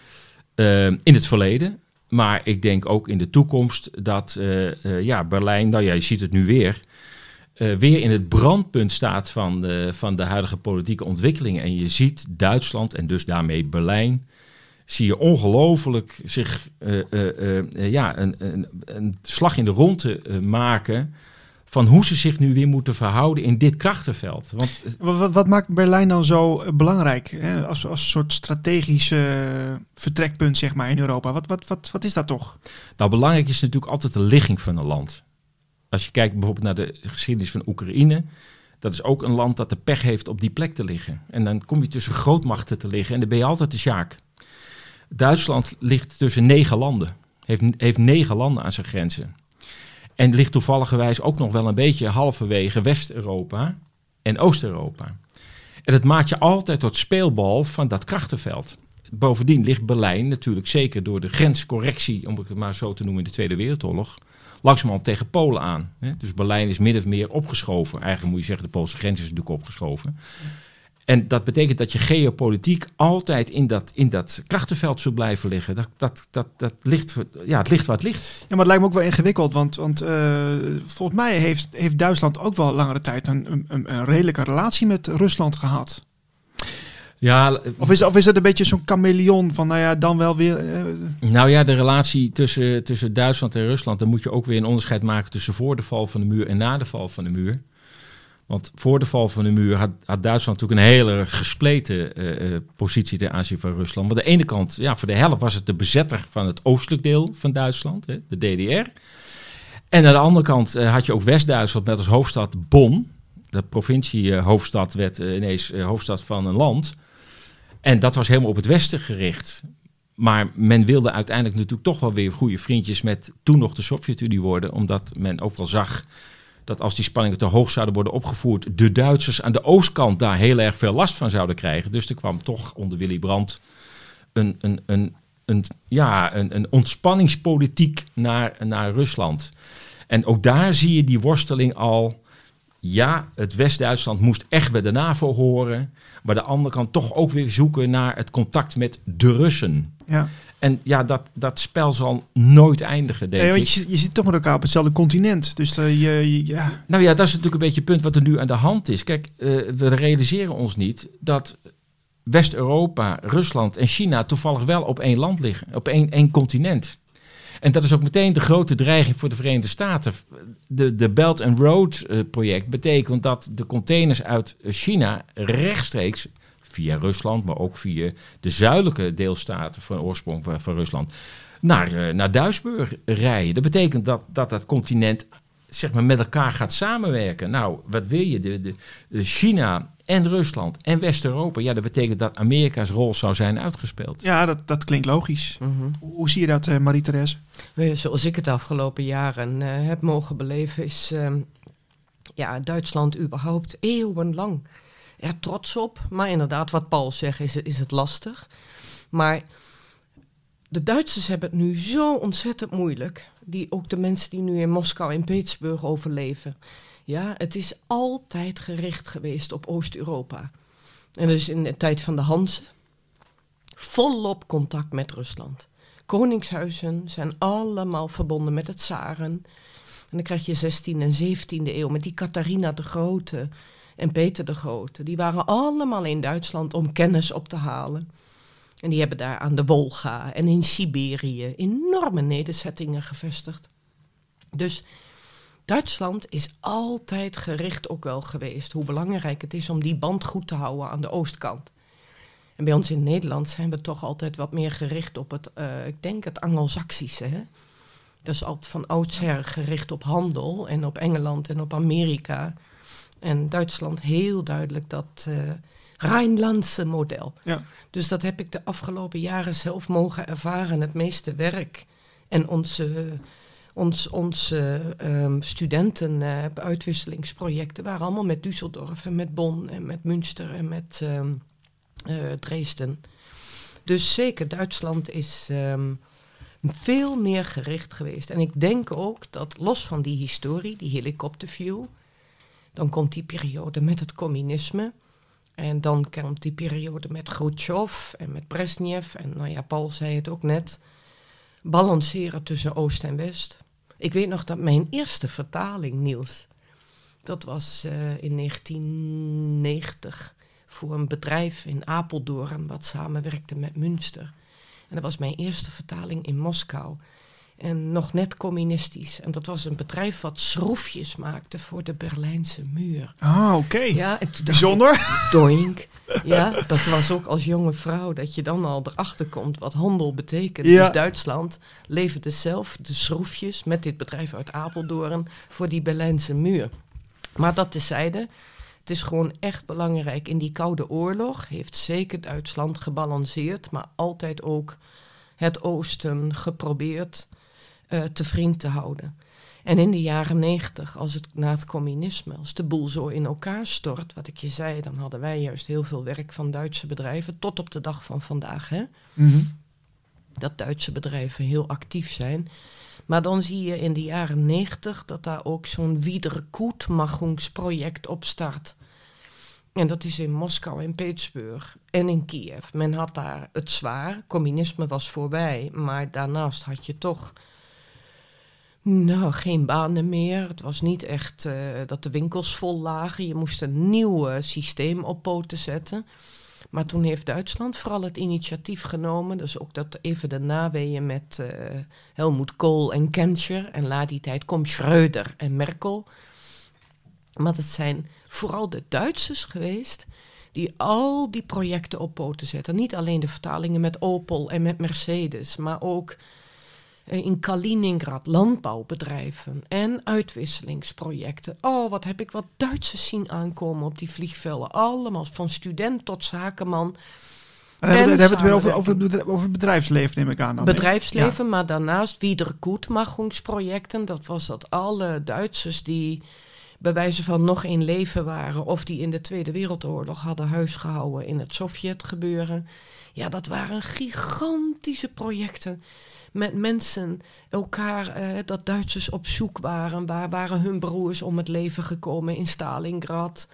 Uh, in het verleden. Maar ik denk ook in de toekomst dat uh, uh, ja, Berlijn, nou ja, je ziet het nu weer... Uh, weer in het brandpunt staat van de, van de huidige politieke ontwikkelingen. En je ziet Duitsland en dus daarmee Berlijn, zie je ongelooflijk zich uh, uh, uh, ja, een, een, een slag in de ronde uh, maken van hoe ze zich nu weer moeten verhouden in dit krachtenveld. Want, wat, wat, wat maakt Berlijn dan zo uh, belangrijk? Hè? Als, als soort strategisch uh, vertrekpunt zeg maar, in Europa. Wat, wat, wat, wat is dat toch? Nou, belangrijk is natuurlijk altijd de ligging van een land. Als je kijkt bijvoorbeeld naar de geschiedenis van Oekraïne, dat is ook een land dat de pech heeft op die plek te liggen. En dan kom je tussen grootmachten te liggen en dan ben je altijd de sjaak. Duitsland ligt tussen negen landen. Heeft, heeft negen landen aan zijn grenzen. En ligt toevalligerwijs ook nog wel een beetje halverwege West-Europa en Oost-Europa. En dat maakt je altijd tot speelbal van dat krachtenveld. Bovendien ligt Berlijn natuurlijk zeker door de grenscorrectie, om het maar zo te noemen, in de Tweede Wereldoorlog, langzamerhand tegen Polen aan. Dus Berlijn is min of meer opgeschoven. Eigenlijk moet je zeggen, de Poolse grens is natuurlijk opgeschoven. En dat betekent dat je geopolitiek altijd in dat, in dat krachtenveld zult blijven liggen. Dat, dat, dat, dat ligt, ja, het ligt waar het ligt. Ja, maar het lijkt me ook wel ingewikkeld, want, want uh, volgens mij heeft, heeft Duitsland ook wel langere tijd een, een, een redelijke relatie met Rusland gehad. Ja, of, is, of is het een beetje zo'n chameleon van, nou ja, dan wel weer... Uh... Nou ja, de relatie tussen, tussen Duitsland en Rusland, dan moet je ook weer een onderscheid maken tussen voor de val van de muur en na de val van de muur. Want voor de val van de muur had, had Duitsland natuurlijk een hele gespleten uh, positie ten aanzien van Rusland. Want aan de ene kant, ja, voor de helft was het de bezetter van het oostelijk deel van Duitsland, hè, de D D R. En aan de andere kant uh, had je ook West-Duitsland met als hoofdstad Bonn. De provinciehoofdstad uh, werd uh, ineens uh, hoofdstad van een land. En dat was helemaal op het westen gericht. Maar men wilde uiteindelijk natuurlijk toch wel weer goede vriendjes met toen nog de Sovjet-Unie worden. Omdat men ook wel zag dat als die spanningen te hoog zouden worden opgevoerd, de Duitsers aan de oostkant daar heel erg veel last van zouden krijgen. Dus er kwam toch onder Willy Brandt een, een, een, een, ja, een, een ontspanningspolitiek naar, naar Rusland. En ook daar zie je die worsteling al. Ja, het West-Duitsland moest echt bij de NAVO horen. Maar de andere kant toch ook weer zoeken naar het contact met de Russen. Ja. En ja, dat, dat spel zal nooit eindigen, denk nee, ik. Want je, je zit toch met elkaar op hetzelfde continent. Dus uh, je, je, ja. Nou ja, dat is natuurlijk een beetje het punt wat er nu aan de hand is. Kijk, uh, we realiseren ons niet dat West-Europa, Rusland en China toevallig wel op één land liggen. Op één, één continent. En dat is ook meteen de grote dreiging voor de Verenigde Staten. De, de Belt and Road uh, project betekent dat de containers uit China rechtstreeks via Rusland, maar ook via de zuidelijke deelstaten van oorsprong van Rusland, naar, uh, naar Duisburg rijden. Dat betekent dat dat, dat continent zeg maar, met elkaar gaat samenwerken. Nou, wat wil je? De, de, de China en Rusland en West-Europa. Ja, dat betekent dat Amerika's rol zou zijn uitgespeeld. Ja, dat, dat klinkt logisch. Mm-hmm. Hoe, hoe zie je dat, uh, Marie-Thérèse? Zoals ik het de afgelopen jaren uh, heb mogen beleven, is uh, ja, Duitsland überhaupt eeuwenlang er trots op. Maar inderdaad, wat Paul zegt, is, is het lastig. Maar de Duitsers hebben het nu zo ontzettend moeilijk. Die, ook de mensen die nu in Moskou en Petersburg overleven. Ja, het is altijd gericht geweest op Oost-Europa. En dus in de tijd van de Hanzen volop contact met Rusland. Koningshuizen zijn allemaal verbonden met het tsaren. En dan krijg je zestiende en zeventiende eeuw met die Catharina de Grote en Peter de Grote. Die waren allemaal in Duitsland om kennis op te halen. En die hebben daar aan de Wolga en in Siberië enorme nederzettingen gevestigd. Dus Duitsland is altijd gericht ook wel geweest hoe belangrijk het is om die band goed te houden aan de oostkant. En bij ons in Nederland zijn we toch altijd wat meer gericht op het, uh, ik denk het Angelsaksische. Hè? Dat is altijd van oudsher gericht op handel en op Engeland en op Amerika. En Duitsland heel duidelijk dat uh, Rijnlandse model. Ja. Dus dat heb ik de afgelopen jaren zelf mogen ervaren. Het meeste werk en onze, ons, onze um, studenten uh, uitwisselingsprojecten waren allemaal met Düsseldorf en met Bonn en met Münster en met um, uh, Dresden. Dus zeker Duitsland is um, veel meer gericht geweest. En ik denk ook dat los van die historie, die helikopterview, dan komt die periode met het communisme. En dan komt die periode met Khrushchev en met Brezhnev. En nou ja, Paul zei het ook net. Balanceren tussen Oost en West. Ik weet nog dat mijn eerste vertaling, Niels, dat was uh, in negentien negentig voor een bedrijf in Apeldoorn wat samenwerkte met Münster. En dat was mijn eerste vertaling in Moskou. En nog net communistisch. En dat was een bedrijf wat schroefjes maakte voor de Berlijnse muur. Ah, oké. Okay. Ja, bijzonder. Doink. Ja, dat was ook als jonge vrouw dat je dan al erachter komt wat handel betekent. Ja. Dus Duitsland leverde zelf de schroefjes met dit bedrijf uit Apeldoorn voor die Berlijnse muur. Maar dat tezijde, Het is gewoon echt belangrijk. In die Koude Oorlog heeft zeker Duitsland gebalanceerd, maar altijd ook het Oosten geprobeerd uh, te vriend te houden. En in de jaren negentig, als het na het communisme, als de boel zo in elkaar stort, wat ik je zei, dan hadden wij juist heel veel werk van Duitse bedrijven, tot op de dag van vandaag, hè? Mm-hmm. Dat Duitse bedrijven heel actief zijn. Maar dan zie je in de jaren negentig dat daar ook zo'n Wiedergutmachungsproject op start. En dat is in Moskou en Petersburg en in Kiev. Men had daar het zwaar. Communisme was voorbij, maar daarnaast had je toch nou, geen banen meer. Het was niet echt uh, dat de winkels vol lagen. Je moest een nieuw uh, systeem op poten zetten. Maar toen heeft Duitsland vooral het initiatief genomen. Dus ook dat even de naweeën met uh, Helmut Kohl en Genscher. En na die tijd komt Schröder en Merkel. Maar het zijn vooral de Duitsers geweest die al die projecten op poten zetten. Niet alleen de vertalingen met Opel en met Mercedes, maar ook uh, in Kaliningrad landbouwbedrijven en uitwisselingsprojecten. Oh, wat heb ik wat Duitsers zien aankomen op die vliegvelden. Allemaal van student tot zakenman. En dan hebben we het weer over, over, het bedrijf, over het bedrijfsleven, neem ik aan. Dan, bedrijfsleven, ja. Maar daarnaast Wiedergutmachungsprojecten. Dat was dat alle Duitsers die bij wijze van nog in leven waren, of die in de Tweede Wereldoorlog hadden huisgehouden in het Sovjetgebeuren. Ja, dat waren gigantische projecten met mensen, elkaar, eh, dat Duitsers op zoek waren. Waar waren hun broers om het leven gekomen in Stalingrad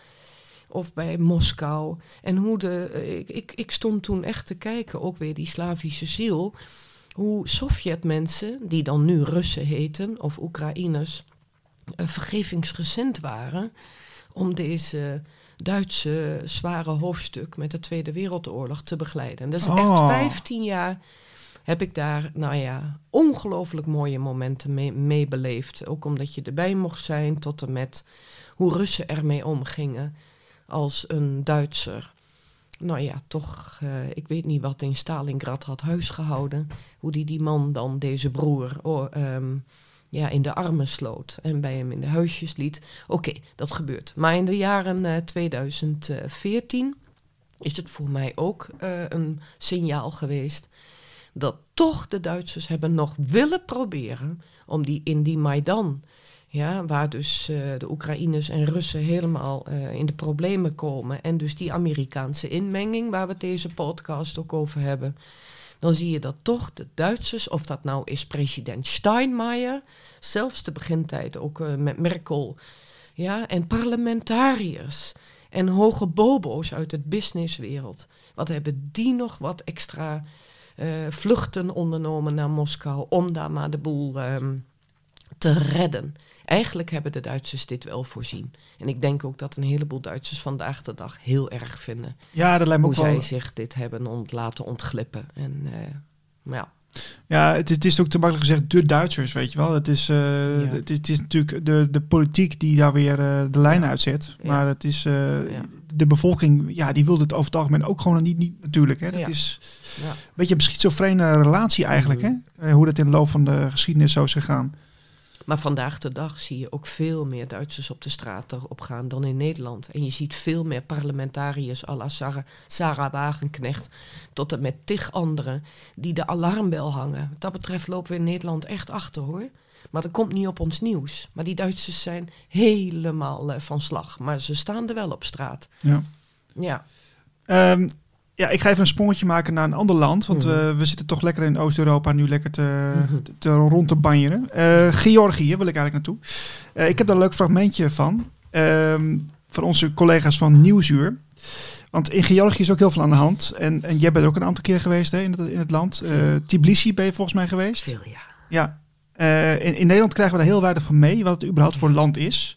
of bij Moskou. En hoe de, eh, ik, ik, ik stond toen echt te kijken, ook weer die Slavische ziel, hoe Sovjetmensen, die dan nu Russen heten, of Oekraïners, Uh, vergevingsgezind waren om deze Duitse zware hoofdstuk met de Tweede Wereldoorlog te begeleiden. En dat is oh. echt vijftien jaar heb ik daar, nou ja, ongelooflijk mooie momenten mee, mee beleefd. Ook omdat je erbij mocht zijn, tot en met hoe Russen ermee omgingen als een Duitser. Nou ja, toch, uh, ik weet niet wat in Stalingrad had huisgehouden. Hoe die die man dan, deze broer, oh, um, ja, in de armen sloot en bij hem in de huisjes liet. Oké, okay, dat gebeurt. Maar in de jaren uh, tweeduizend veertien is het voor mij ook uh, een signaal geweest dat toch de Duitsers hebben nog willen proberen om die in die Maidan, ja, waar dus uh, de Oekraïners en Russen helemaal uh, in de problemen komen en dus die Amerikaanse inmenging, waar we deze podcast ook over hebben, dan zie je dat toch de Duitsers, of dat nou is president Steinmeier, zelfs de begintijd ook uh, met Merkel, ja, en parlementariërs en hoge bobo's uit het businesswereld. Wat hebben die nog wat extra uh, vluchten ondernomen naar Moskou om daar maar de boel um, te redden. Eigenlijk hebben de Duitsers dit wel voorzien. En ik denk ook dat een heleboel Duitsers vandaag de dag heel erg vinden. Ja, dat lijkt me hoe ook wel. zij zich dit hebben ont- laten ontglippen. En uh, maar ja. Ja, het is, het is ook te makkelijk gezegd de Duitsers, weet je wel. Het is, uh, Ja. het is, het is natuurlijk de, de politiek die daar weer uh, de lijn Ja. uitzet. Ja. Maar het is uh, Ja. de bevolking, ja, die wil het over het algemeen ook gewoon niet, niet natuurlijk. Hè. Dat Ja. is Ja. een beetje een schizofrene relatie eigenlijk, Mm. hè? Uh, hoe dat in de loop van de geschiedenis zo is gegaan. Maar vandaag de dag zie je ook veel meer Duitsers op de straat erop gaan dan in Nederland. En je ziet veel meer parlementariërs à la Sarah, Sarah Wagenknecht tot en met tig anderen die de alarmbel hangen. Wat dat betreft lopen we in Nederland echt achter, hoor. Maar dat komt niet op ons nieuws. Maar die Duitsers zijn helemaal uh, van slag. Maar ze staan er wel op straat. Ja. Ja. Um, ja, ik ga even een sprongetje maken naar een ander land. Want Mhm. uh, we zitten toch lekker in Oost-Europa nu lekker te, Mhm. te, te rond te banjeren. Uh, Georgië wil ik eigenlijk naartoe. Uh, ik heb daar een leuk fragmentje van. Um, van onze collega's van Nieuwsuur. Want in Georgië is ook heel veel aan de hand. En, en jij bent er ook een aantal keer geweest, hè, in, het, in het land. Uh, Tbilisi ben je volgens mij geweest. Veel, ja. Ja. Uh, in, in Nederland krijgen we daar heel weinig van mee. Wat het überhaupt voor land is.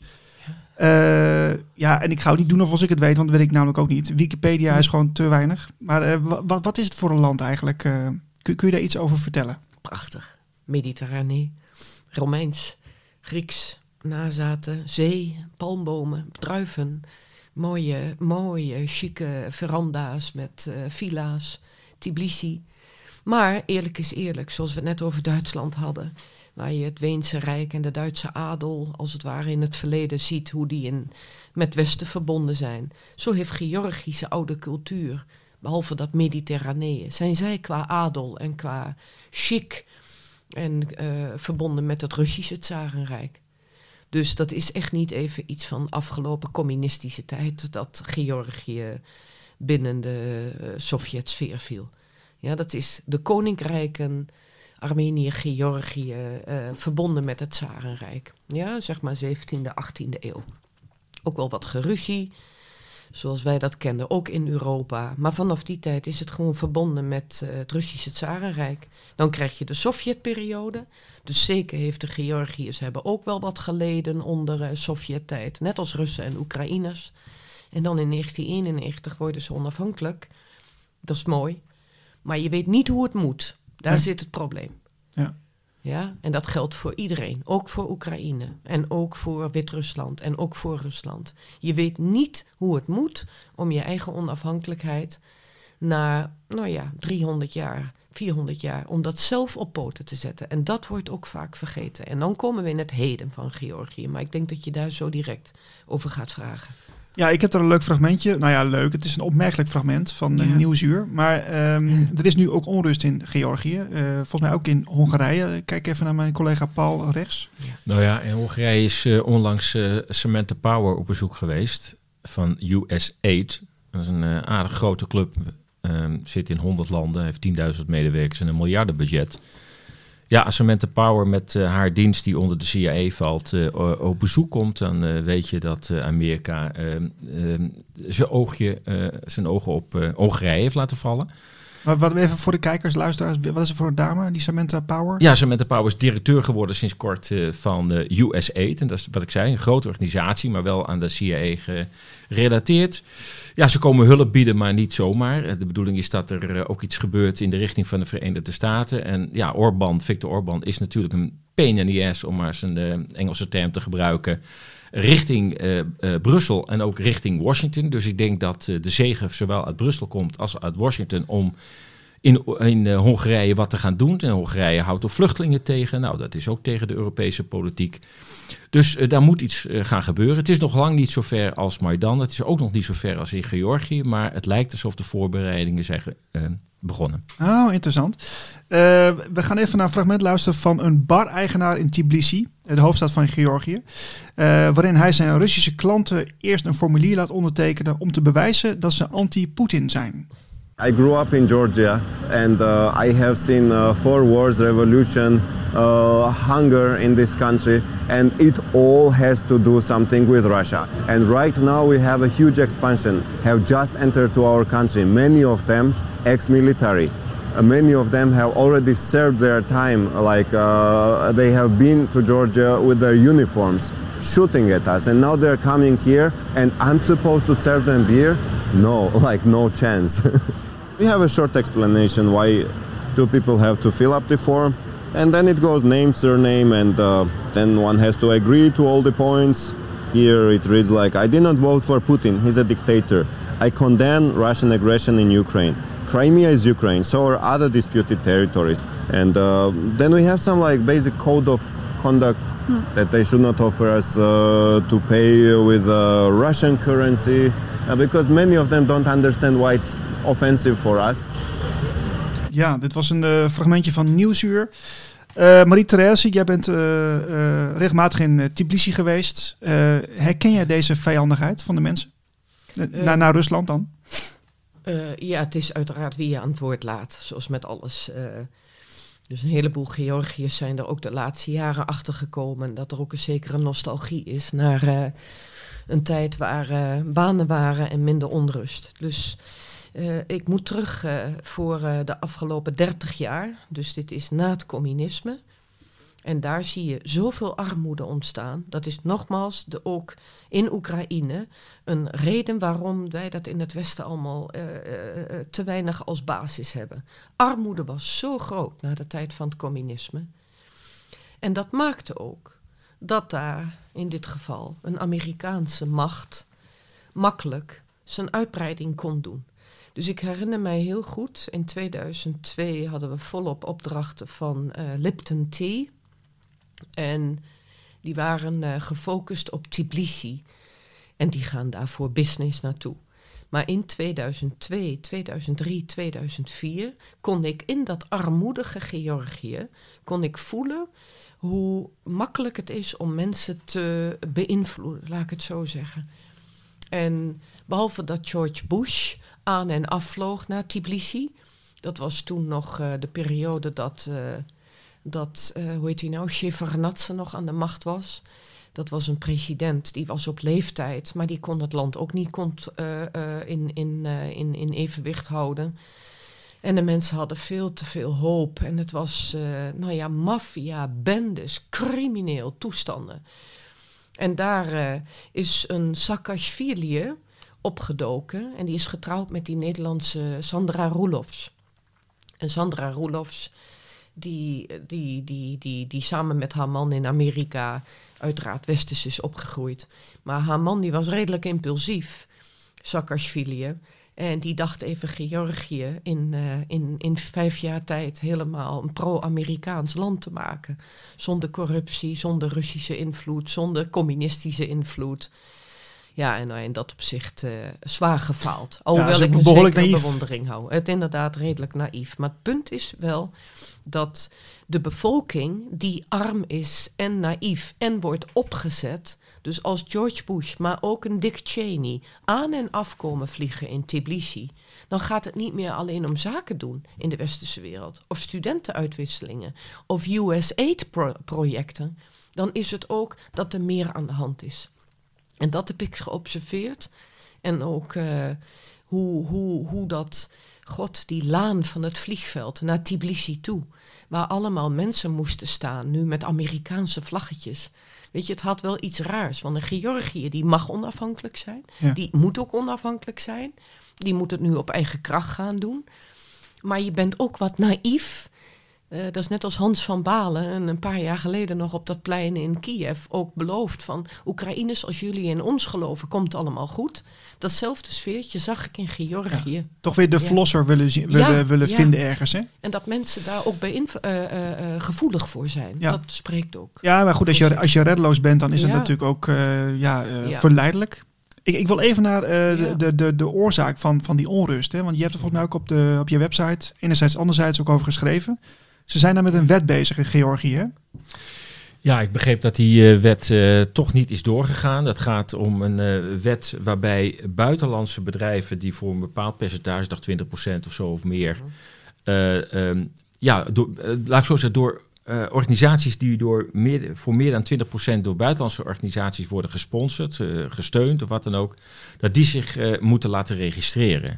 Uh, ja, en ik ga het niet doen of als ik het weet, want dat weet ik namelijk ook niet. Wikipedia is gewoon te weinig. Maar uh, wat, wat is het voor een land eigenlijk? Uh, kun, kun je daar iets over vertellen? Prachtig. Mediterranee, Romeins, Grieks, nazaten, zee, palmbomen, druiven. Mooie, mooie, chique veranda's met uh, villa's, Tbilisi. Maar eerlijk is eerlijk, zoals we het net over Duitsland hadden. waar je het Weense Rijk en de Duitse adel als het ware in het verleden ziet hoe die in, met Westen verbonden zijn. Zo heeft Georgische oude cultuur, behalve dat Mediterranee, zijn zij qua adel en qua chic en uh, verbonden met het Russische Tsarenrijk. Dus dat is echt niet even iets van afgelopen communistische tijd, dat Georgië binnen de uh, Sovjetsfeer viel. Ja, dat is de koninkrijken, Armenië, Georgië, uh, verbonden met het Tsarenrijk. Ja, zeg maar zeventiende, achttiende eeuw. Ook wel wat geruzie, zoals wij dat kenden, ook in Europa. Maar vanaf die tijd is het gewoon verbonden met uh, het Russische Tsarenrijk. Dan krijg je de Sovjetperiode. Dus zeker heeft de Georgiërs hebben ook wel wat geleden onder uh, Sovjettijd. Net als Russen en Oekraïners. En dan in negentien eenennegentig worden ze onafhankelijk. Dat is mooi. Maar je weet niet hoe het moet. Daar nee. zit het probleem. Ja. Ja, en dat geldt voor iedereen. Ook voor Oekraïne. En ook voor Wit-Rusland. En ook voor Rusland. Je weet niet hoe het moet om je eigen onafhankelijkheid na, nou ja, driehonderd jaar, vierhonderd jaar, om dat zelf op poten te zetten. En dat wordt ook vaak vergeten. En dan komen we in het heden van Georgië. Maar ik denk dat je daar zo direct over gaat vragen. Ja, ik heb er een leuk fragmentje. Nou ja, leuk. Het is een opmerkelijk fragment van uh, ja. Nieuwsuur. Maar um, er is nu ook onrust in Georgië. Uh, volgens mij ook in Hongarije. Kijk even naar mijn collega Paul rechts. Ja. Nou ja, in Hongarije is uh, onlangs uh, Samantha Power op bezoek geweest van U S Aid. Dat is een uh, aardig grote club. Uh, zit in honderd landen, heeft tienduizend medewerkers en een miljardenbudget. Ja, als Samantha Power met uh, haar dienst die onder de C I A valt uh, op bezoek komt, dan uh, weet je dat uh, Amerika uh, uh, zijn, oogje, uh, zijn ogen op uh, Hongarije heeft laten vallen. Maar wat even voor de kijkers, luisteraars, wat is er voor een dame, die Samantha Power? Ja, Samantha Power is directeur geworden sinds kort uh, van uh, U S Aid. En dat is wat ik zei, een grote organisatie, maar wel aan de C I A gerelateerd. Ja, ze komen hulp bieden, maar niet zomaar. De bedoeling is dat er uh, ook iets gebeurt in de richting van de Verenigde Staten. En ja, Orbán, Viktor Orbán is natuurlijk een pain in the ass, om maar zijn uh, Engelse term te gebruiken, richting uh, uh, Brussel en ook richting Washington. Dus ik denk dat uh, de zege zowel uit Brussel komt als uit Washington om in, in uh, Hongarije wat te gaan doen. En Hongarije houdt ook vluchtelingen tegen. Nou, dat is ook tegen de Europese politiek. Dus uh, daar moet iets uh, gaan gebeuren. Het is nog lang niet zo ver als Maidan. Het is ook nog niet zo ver als in Georgië. Maar het lijkt alsof de voorbereidingen zijn uh, begonnen. Oh, interessant. Uh, we gaan even naar een fragment luisteren van een bar-eigenaar in Tbilisi, de hoofdstad van Georgië. Uh, waarin hij zijn Russische klanten eerst een formulier laat ondertekenen om te bewijzen dat ze anti-Poetin zijn. I grew up in Georgia and uh, I have seen uh, four wars, revolution, uh, hunger in this country, and it all has to do something with Russia. And right now we have a huge expansion, have just entered to our country, many of them ex-military. Uh, many of them have already served their time, like uh, they have been to Georgia with their uniforms, shooting at us, and now they're coming here and I'm supposed to serve them beer? No, like no chance. We have a short explanation why two people have to fill up the form, and then it goes name, surname, and uh, then one has to agree to all the points. Here it reads like, I did not vote for Putin, he's a dictator. I condemn Russian aggression in Ukraine. Crimea is Ukraine, so are other disputed territories. And uh, then we have some like basic code of conduct hmm. that they should not offer us uh, to pay with uh, Russian currency, uh, because many of them don't understand why it's offensive for us. Ja, dit was een uh, fragmentje van Nieuwsuur. Uh, Marie-Thérèse, jij bent uh, uh, regelmatig in uh, Tbilisi geweest. Uh, herken jij deze vijandigheid van de mensen? Uh, naar, naar Rusland dan? Uh, ja, het is uiteraard wie je aan het woord laat, zoals met alles. Uh, dus een heleboel Georgiërs zijn er ook de laatste jaren achter gekomen dat er ook een zekere nostalgie is naar uh, een tijd waar uh, banen waren en minder onrust. Dus uh, ik moet terug uh, voor uh, de afgelopen dertig jaar, dus dit is na het communisme. En daar zie je zoveel armoede ontstaan. Dat is nogmaals de, ook in Oekraïne een reden waarom wij dat in het Westen allemaal uh, uh, te weinig als basis hebben. Armoede was zo groot na de tijd van het communisme. En dat maakte ook dat daar in dit geval een Amerikaanse macht makkelijk zijn uitbreiding kon doen. Dus ik herinner mij heel goed, in tweeduizend twee hadden we volop opdrachten van uh, Lipton Tea. En die waren uh, gefocust op Tbilisi. En die gaan daar voor business naartoe. Maar in tweeduizend twee, tweeduizend drie, tweeduizend vier kon ik in dat armoedige Georgië kon ik voelen hoe makkelijk het is om mensen te beïnvloeden, laat ik het zo zeggen. En behalve dat George Bush aan en afvloog naar Tbilisi, dat was toen nog uh, de periode dat, uh, dat uh, hoe heet hij nou, Shevardnadze nog aan de macht was. Dat was een president, die was op leeftijd, maar die kon het land ook niet kont, uh, uh, in, in, uh, in, in evenwicht houden. En de mensen hadden veel te veel hoop. En het was, uh, nou ja, maffia, bendes, crimineel toestanden. En daar uh, is een Saakashvili opgedoken. En die is getrouwd met die Nederlandse Sandra Roelofs. En Sandra Roelofs, die, die, die, die, die samen met haar man in Amerika uiteraard westers is opgegroeid. Maar haar man die was redelijk impulsief, Saakashvili. En die dacht even Georgië in, uh, in, in vijf jaar tijd helemaal een pro-Amerikaans land te maken. Zonder corruptie, zonder Russische invloed, zonder communistische invloed. Ja, en uh, in dat opzicht uh, zwaar gefaald. Alhoewel ja, ik een zekere naïef. bewondering hou. Het is inderdaad redelijk naïef. Maar het punt is wel dat de bevolking die arm is en naïef en wordt opgezet. Dus als George Bush, maar ook een Dick Cheney aan en af komen vliegen in Tbilisi, dan gaat het niet meer alleen om zaken doen in de westerse wereld. Of studentenuitwisselingen. Of U S aid-projecten. Dan is het ook dat er meer aan de hand is. En dat heb ik geobserveerd. En ook uh, hoe, hoe, hoe dat, god, die laan van het vliegveld naar Tbilisi toe, waar allemaal mensen moesten staan, nu met Amerikaanse vlaggetjes. Weet je, het had wel iets raars. Want een Georgië, die mag onafhankelijk zijn. Ja. Die moet ook onafhankelijk zijn. Die moet het nu op eigen kracht gaan doen. Maar je bent ook wat naïef. Uh, dat is net als Hans van Balen en een paar jaar geleden nog op dat plein in Kiev ook beloofd van Oekraïners, als jullie in ons geloven, komt het allemaal goed. Datzelfde sfeertje zag ik in Georgië. Ja, toch weer de ja. verlosser willen, zi- willen, ja, willen ja. vinden ergens, hè? En dat mensen daar ook bij inv- uh, uh, uh, gevoelig voor zijn. Ja. Dat spreekt ook. Ja, maar goed, als je, als je reddeloos bent, dan is ja. het natuurlijk ook uh, ja, uh, ja. verleidelijk. Ik, ik wil even naar uh, ja. de, de, de, de oorzaak van, van die onrust. Hè? Want je hebt er volgens mij ook op, de, op je website enerzijds, anderzijds ook over geschreven. Ze zijn daar met een wet bezig in Georgië, hè? Ja, ik begreep dat die uh, wet uh, toch niet is doorgegaan. Dat gaat om een uh, wet waarbij buitenlandse bedrijven die voor een bepaald percentage, ik dacht twintig procent of zo of meer, uh, um, ja, door, uh, laat ik zo zeggen, door uh, organisaties die door meer, voor meer dan twintig procent door buitenlandse organisaties worden gesponsord, uh, gesteund of wat dan ook, dat die zich uh, moeten laten registreren.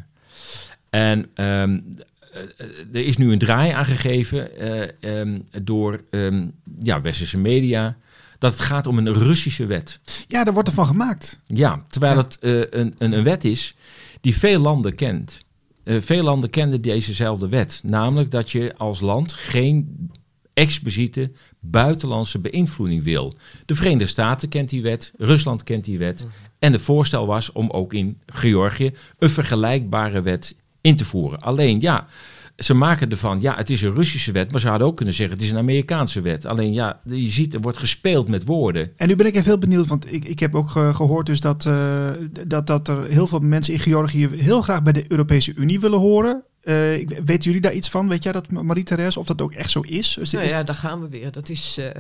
En um, er is nu een draai aangegeven uh, um, door um, ja, westerse media dat het gaat om een Russische wet. Ja, daar wordt ervan gemaakt. Ja, terwijl ja. het uh, een, een, een wet is die veel landen kent. Uh, veel landen kenden dezezelfde wet. Namelijk dat je als land geen expliciete buitenlandse beïnvloeding wil. De Verenigde Staten kent die wet, Rusland kent die wet. Mm. En het voorstel was om ook in Georgië een vergelijkbare wet in te voeren. Alleen ja, ze maken ervan, ja, het is een Russische wet, maar ze hadden ook kunnen zeggen, het is een Amerikaanse wet. Alleen ja, je ziet, er wordt gespeeld met woorden. En nu ben ik even heel benieuwd, want ik, ik heb ook ge- gehoord dus dat, uh, dat, dat er heel veel mensen in Georgië heel graag bij de Europese Unie willen horen. Uh, weten jullie daar iets van? Weet jij dat, Marie-Thérèse, of dat ook echt zo is? Dus nou is ja, daar gaan we weer. Dat is uh, uh,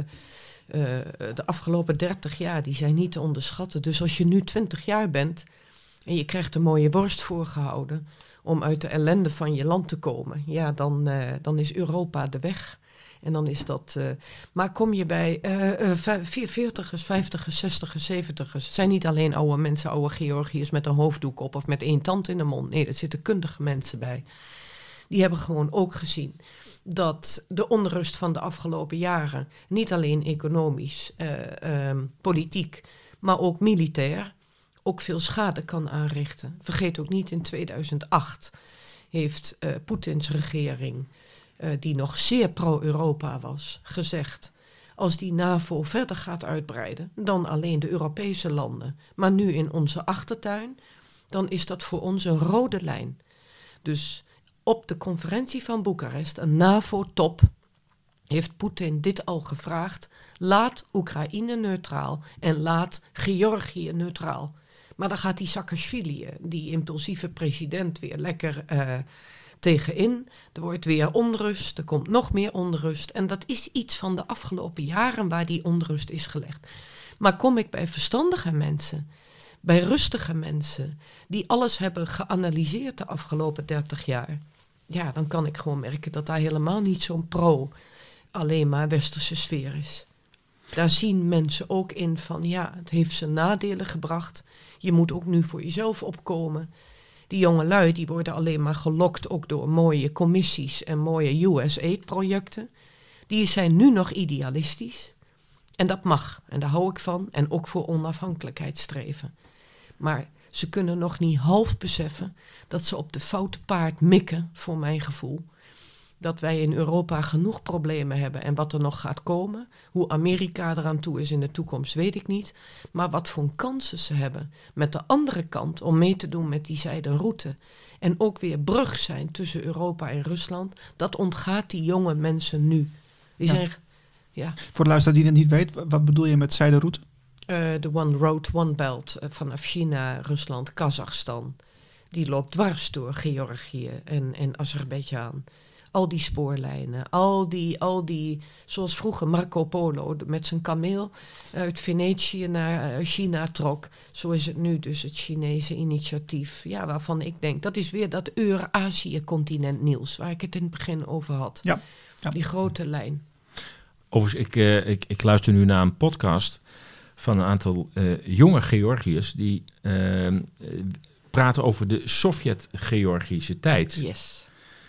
de afgelopen dertig jaar, die zijn niet te onderschatten. Dus als je nu twintig jaar bent en je krijgt een mooie worst voorgehouden om uit de ellende van je land te komen, ja, dan, uh, dan is Europa de weg. En dan is dat... Uh, maar kom je bij uh, uh, veertigers, vijftigers, zestigers, zeventigers... Het zijn niet alleen oude mensen, oude Georgiërs met een hoofddoek op of met één tand in de mond. Nee, er zitten kundige mensen bij. Die hebben gewoon ook gezien dat de onrust van de afgelopen jaren, niet alleen economisch, uh, um, politiek, maar ook militair, ook veel schade kan aanrichten. Vergeet ook niet, in tweeduizend acht heeft uh, Poetins regering, uh, die nog zeer pro-Europa was, gezegd, als die NAVO verder gaat uitbreiden dan alleen de Europese landen, maar nu in onze achtertuin, dan is dat voor ons een rode lijn. Dus op de conferentie van Boekarest, een NAVO-top, heeft Poetin dit al gevraagd. Laat Oekraïne neutraal en laat Georgië neutraal. Maar dan gaat die Saakashvili, die impulsieve president, weer lekker uh, tegenin. Er wordt weer onrust, er komt nog meer onrust. En dat is iets van de afgelopen jaren waar die onrust is gelegd. Maar kom ik bij verstandige mensen, bij rustige mensen, die alles hebben geanalyseerd de afgelopen dertig jaar. Ja, dan kan ik gewoon merken dat daar helemaal niet zo'n pro, alleen maar westerse sfeer is. Daar zien mensen ook in van, ja, het heeft zijn nadelen gebracht. Je moet ook nu voor jezelf opkomen. Die jongelui die worden alleen maar gelokt ook door mooie commissies en mooie U S aid-projecten. Die zijn nu nog idealistisch. En dat mag. En daar hou ik van. En ook voor onafhankelijkheid streven. Maar ze kunnen nog niet half beseffen dat ze op de foute paard mikken, voor mijn gevoel. Dat wij in Europa genoeg problemen hebben en wat er nog gaat komen. Hoe Amerika eraan toe is in de toekomst, weet ik niet. Maar wat voor kansen ze hebben met de andere kant om mee te doen met die zijderoute. En ook weer brug zijn tussen Europa en Rusland. Dat ontgaat die jonge mensen nu. Die Ja. zijn, ja, Voor de luisteraar die het niet weet, wat bedoel je met zijderoute? eh, de One Road, One Belt uh, vanaf China, Rusland, Kazachstan. Die loopt dwars door Georgië en, en Azerbeidzjan. Al die spoorlijnen, al die, al die, zoals vroeger Marco Polo met zijn kameel uit Venetië naar China trok. Zo is het nu dus het Chinese initiatief. Ja, waarvan ik denk, dat is weer dat Eurazië-continent, Niels, waar ik het in het begin over had. Ja. Ja. Die grote lijn. Overigens, ik, uh, ik, ik luister nu naar een podcast van een aantal uh, jonge Georgiërs die uh, uh, praten over de Sovjet-Georgische tijd. Yes.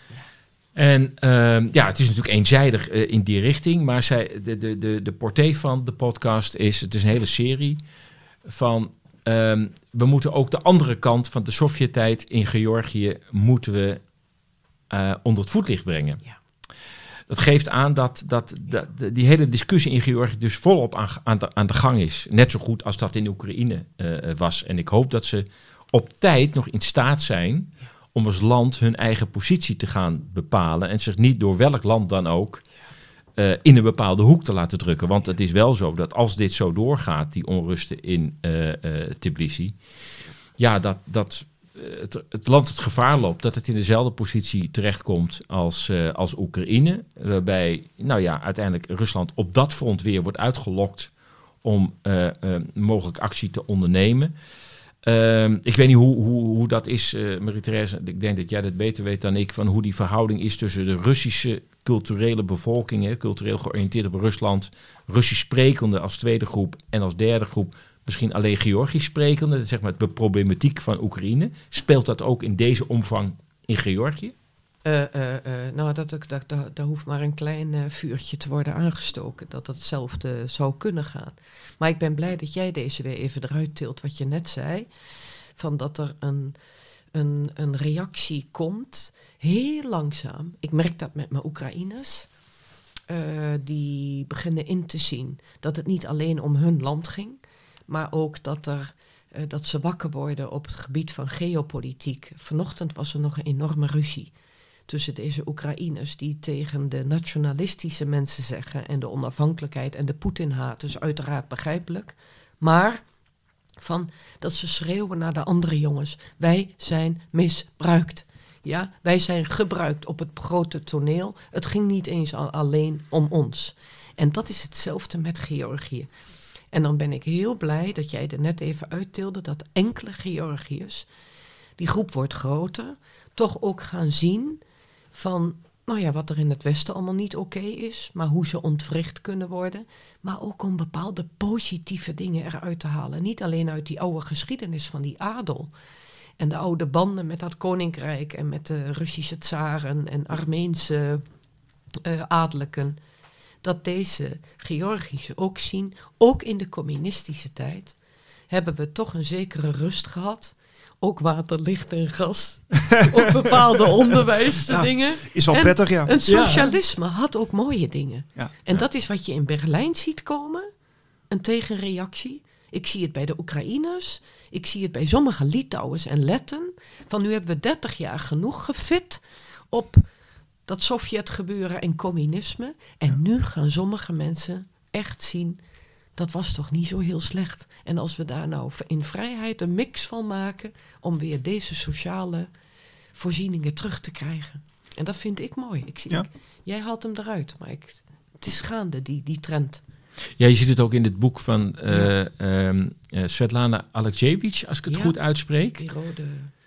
En uh, ja, het is natuurlijk eenzijdig uh, in die richting, maar zij, de, de, de, de portée van de podcast is, het is een hele serie van, um, we moeten ook de andere kant van de Sovjet-tijd in Georgië moeten we uh, onder het voetlicht brengen. Ja. Dat geeft aan dat, dat, dat die hele discussie in Georgië dus volop aan, aan, de, aan de gang is. Net zo goed als dat in Oekraïne uh, was. En ik hoop dat ze op tijd nog in staat zijn om als land hun eigen positie te gaan bepalen en zich niet door welk land dan ook uh, in een bepaalde hoek te laten drukken. Want het is wel zo dat als dit zo doorgaat, die onrusten in uh, uh, Tbilisi, ja, dat, dat uh, het, het land het gevaar loopt dat het in dezelfde positie terechtkomt als, uh, als Oekraïne, waarbij nou ja, uiteindelijk Rusland op dat front weer wordt uitgelokt om uh, uh, mogelijk actie te ondernemen. Uh, ik weet niet hoe, hoe, hoe dat is, uh, Marie-Thérèse. Ik denk dat jij dat beter weet dan ik, van hoe die verhouding is tussen de Russische culturele bevolking, hè, cultureel georiënteerd op Rusland, Russisch sprekende als tweede groep en als derde groep misschien alleen Georgisch sprekende, zeg maar de problematiek van Oekraïne. Speelt dat ook in deze omvang in Georgië? Uh, uh, uh, nou, dat, dat, dat, dat, daar hoeft maar een klein uh, vuurtje te worden aangestoken, dat hetzelfde zou kunnen gaan. Maar ik ben blij dat jij deze weer even eruit tilt wat je net zei, van dat er een, een, een reactie komt, heel langzaam. Ik merk dat met mijn Oekraïners, uh, die beginnen in te zien dat het niet alleen om hun land ging, maar ook dat er uh, dat ze wakker worden op het gebied van geopolitiek. Vanochtend was er nog een enorme ruzie tussen deze Oekraïners die tegen de nationalistische mensen zeggen en de onafhankelijkheid en de Poetin-haat, dus uiteraard begrijpelijk. Maar van dat ze schreeuwen naar de andere jongens, wij zijn misbruikt. Ja, wij zijn gebruikt op het grote toneel. Het ging niet eens al alleen om ons. En dat is hetzelfde met Georgië. En dan ben ik heel blij dat jij er net even uittilde dat enkele Georgiërs, die groep wordt groter, toch ook gaan zien van, nou ja, wat er in het Westen allemaal niet oké is, maar hoe ze ontwricht kunnen worden, maar ook om bepaalde positieve dingen eruit te halen. Niet alleen uit die oude geschiedenis van die adel en de oude banden met dat koninkrijk en met de Russische tsaren en Armeense uh, adellijken, dat deze Georgische ook zien, ook in de communistische tijd, hebben we toch een zekere rust gehad. Ook water, licht en gas. Ook bepaalde onderwijsdingen. Ja, is wel en prettig, ja. Een socialisme ja. had ook mooie dingen. Ja. En Ja. dat is wat je in Berlijn ziet komen. Een tegenreactie. Ik zie het bij de Oekraïners. Ik zie het bij sommige Litouwers en Letten. Van nu hebben we dertig jaar genoeg gefit op dat Sovjet-gebeuren en communisme. En ja. nu gaan sommige mensen echt zien, dat was toch niet zo heel slecht. En als we daar nou in vrijheid een mix van maken, om weer deze sociale voorzieningen terug te krijgen. En dat vind ik mooi. Ik zie, ja. ik, jij haalt hem eruit, maar ik, het is gaande, die, die trend. Ja, je ziet het ook in het boek van uh, uh, uh, Svetlana Alexievich, als ik het ja, goed uitspreek. Die rode...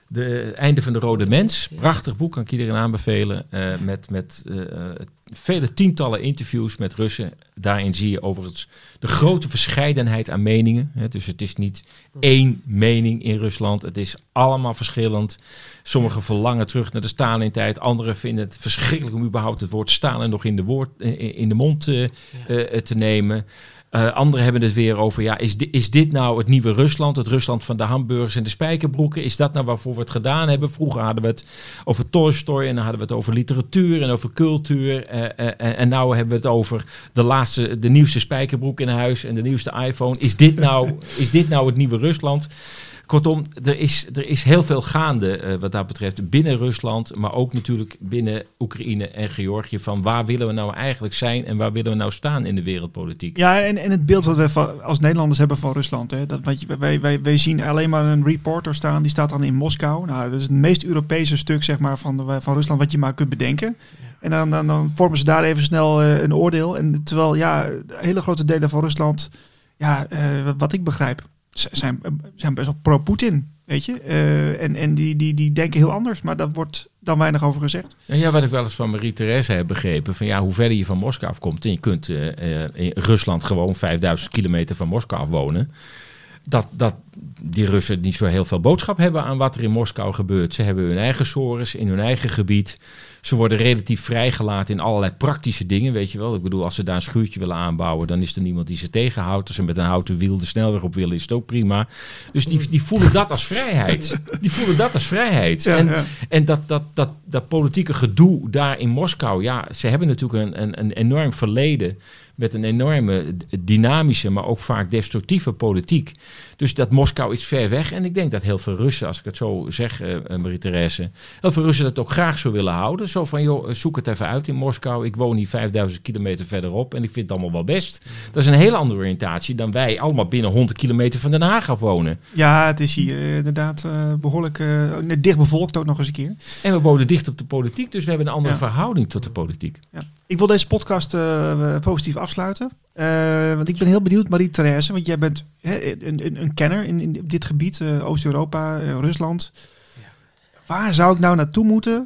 De Einde van de Rode Mens. Prachtig boek, kan ik iedereen aanbevelen. Uh, met met uh, vele tientallen interviews met Russen. Daarin zie je overigens de grote verscheidenheid aan meningen. Hè. Dus het is niet één mening in Rusland. Het is allemaal verschillend. Sommigen verlangen terug naar de Stalin-tijd. Anderen vinden het verschrikkelijk om überhaupt het woord Stalin nog in de, woord, in de mond uh, uh, te nemen. Uh, anderen hebben het weer over, ja, is, di- is dit nou het nieuwe Rusland? Het Rusland van de hamburgers en de spijkerbroeken? Is dat nou waarvoor we het gedaan hebben? Vroeger hadden we het over Tolstoj en dan hadden we het over literatuur en over cultuur. Uh, uh, uh, en nu hebben we het over de laatste, de nieuwste spijkerbroek in huis en de nieuwste iPhone. Is dit nou, is dit nou het nieuwe Rusland? Kortom, er is, er is heel veel gaande uh, wat dat betreft binnen Rusland, maar ook natuurlijk binnen Oekraïne en Georgië. Van waar willen we nou eigenlijk zijn en waar willen we nou staan in de wereldpolitiek? Ja, en, en het beeld wat we van, als Nederlanders hebben van Rusland. Hè, dat, wat je, wij, wij, wij zien alleen maar een reporter staan, die staat dan in Moskou. Nou, dat is het meest Europese stuk zeg maar, van, de, van Rusland wat je maar kunt bedenken. En dan, dan, dan vormen ze daar even snel uh, een oordeel. En terwijl ja, hele grote delen van Rusland, ja, uh, wat, wat ik begrijp, zijn, zijn best wel pro-Poetin, weet je. Uh, en en die, die, die denken heel anders, maar daar wordt dan weinig over gezegd. Ja, wat ik wel eens van Marie-Therese heb begrepen, van ja, hoe verder je van Moskou afkomt, en je kunt uh, uh, in Rusland gewoon vijfduizend kilometer van Moskou wonen, dat, dat die Russen niet zo heel veel boodschap hebben aan wat er in Moskou gebeurt. Ze hebben hun eigen sores in hun eigen gebied. Ze worden relatief vrijgelaten in allerlei praktische dingen, weet je wel. Ik bedoel, als ze daar een schuurtje willen aanbouwen, dan is er niemand die ze tegenhoudt. Als ze met een houten wiel de snelweg op willen, is het ook prima. Dus die, die voelen dat als vrijheid. Die voelen dat als vrijheid. Ja, en ja. en dat, dat, dat, dat politieke gedoe daar in Moskou, ja, ze hebben natuurlijk een, een, een enorm verleden met een enorme dynamische, maar ook vaak destructieve politiek. Dus dat Moskou is ver weg. En ik denk dat heel veel Russen, als ik het zo zeg, uh, Marie-Therese, heel veel Russen dat ook graag zo willen houden. Zo van, joh, zoek het even uit in Moskou. Ik woon hier vijfduizend kilometer verderop en ik vind het allemaal wel best. Dat is een hele andere oriëntatie dan wij allemaal binnen honderd kilometer van Den Haag af wonen. Ja, het is hier uh, inderdaad uh, behoorlijk uh, dicht bevolkt ook nog eens een keer. En we wonen dicht op de politiek, dus we hebben een andere ja. verhouding tot de politiek. Ja. Ik wil deze podcast uh, positief afsluiten. Uh, want ik ben heel benieuwd, Marie-Therese, want jij bent hè, een, een, een kenner in, in dit gebied, uh, Oost-Europa, uh, Rusland. Ja. Waar zou ik nou naartoe moeten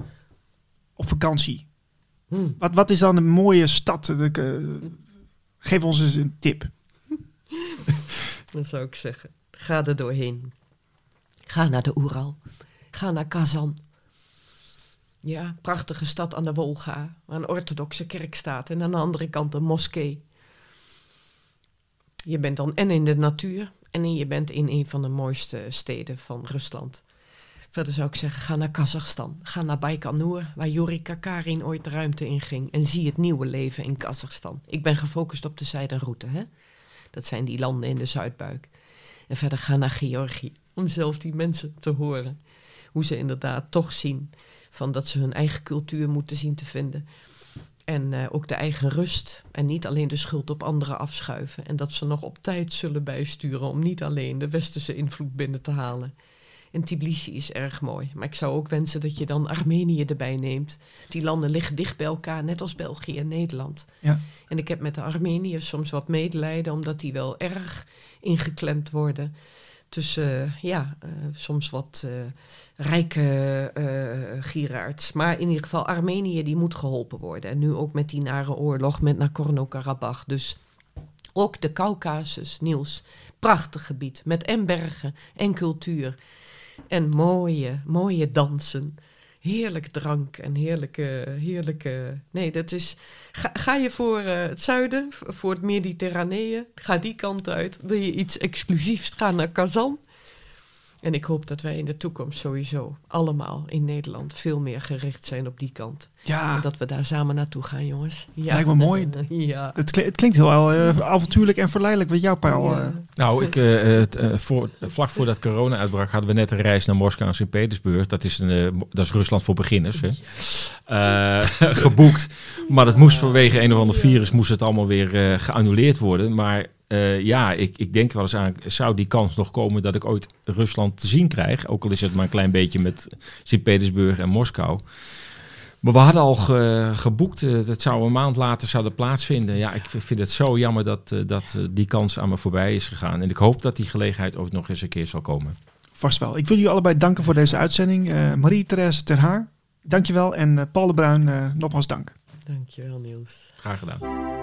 op vakantie? Hmm. Wat, wat is dan een mooie stad? Uh, geef ons eens een tip. Dan zou ik zeggen, ga er doorheen. Ga naar de Oeral. Ga naar Kazan. Ja, prachtige stad aan de Wolga, waar een orthodoxe kerk staat en aan de andere kant een moskee. Je bent dan en in de natuur en je bent in een van de mooiste steden van Rusland. Verder zou ik zeggen, ga naar Kazachstan. Ga naar Baikonur, waar Yuri Gagarin ooit de ruimte in ging. En zie het nieuwe leven in Kazachstan. Ik ben gefocust op de zijderoute, hè. Dat zijn die landen in de Zuidbuik. En verder ga naar Georgië, om zelf die mensen te horen. Hoe ze inderdaad toch zien van dat ze hun eigen cultuur moeten zien te vinden. En uh, ook de eigen rust. En niet alleen de schuld op anderen afschuiven. En dat ze nog op tijd zullen bijsturen om niet alleen de westerse invloed binnen te halen. En Tbilisi is erg mooi. Maar ik zou ook wensen dat je dan Armenië erbij neemt. Die landen liggen dicht bij elkaar, net als België en Nederland. Ja. En ik heb met de Armeniërs soms wat medelijden, omdat die wel erg ingeklemd worden. Tussen, uh, ja, uh, soms wat uh, rijke uh, gieraards. Maar in ieder geval, Armenië die moet geholpen worden. En nu ook met die nare oorlog met Nagorno-Karabach. Dus ook de Kaukasus, Niels. Prachtig gebied, met en bergen en cultuur. En mooie, mooie dansen. Heerlijk drank en heerlijke, heerlijke... Nee, dat is... Ga, ga je voor uh, het zuiden, voor het Mediterranee, ga die kant uit. Wil je iets exclusiefs, ga naar Kazan. En ik hoop dat wij in de toekomst sowieso allemaal in Nederland veel meer gericht zijn op die kant. Ja. En dat we daar samen naartoe gaan, jongens. Ja. Lijkt me mooi. Ja. Het, klinkt, het klinkt heel uh, avontuurlijk en verleidelijk met jou, Paul. Ja. Uh. Nou, ik, uh, het, uh, voor, vlak voordat corona uitbrak hadden we net een reis naar Moskou en Sint-Petersburg. Dat is, een, uh, dat is Rusland voor beginners. Hè. Uh, geboekt. Maar dat moest vanwege een of ander virus moest het allemaal weer uh, geannuleerd worden. Maar uh, ja, ik, ik denk wel eens aan, zou die kans nog komen dat ik ooit Rusland te zien krijg? Ook al is het maar een klein beetje met Sint-Petersburg en Moskou. Maar we hadden al ge, geboekt, uh, dat zou een maand later zouden plaatsvinden. Ja, ik vind het zo jammer dat, uh, dat uh, die kans aan me voorbij is gegaan. En ik hoop dat die gelegenheid ook nog eens een keer zal komen. Vast wel. Ik wil jullie allebei danken voor deze uitzending. Uh, Marie-Thérèse Ter Haar, dankjewel. En uh, Paul de Bruin, uh, nogmaals dank. Dankjewel, Niels. Graag gedaan.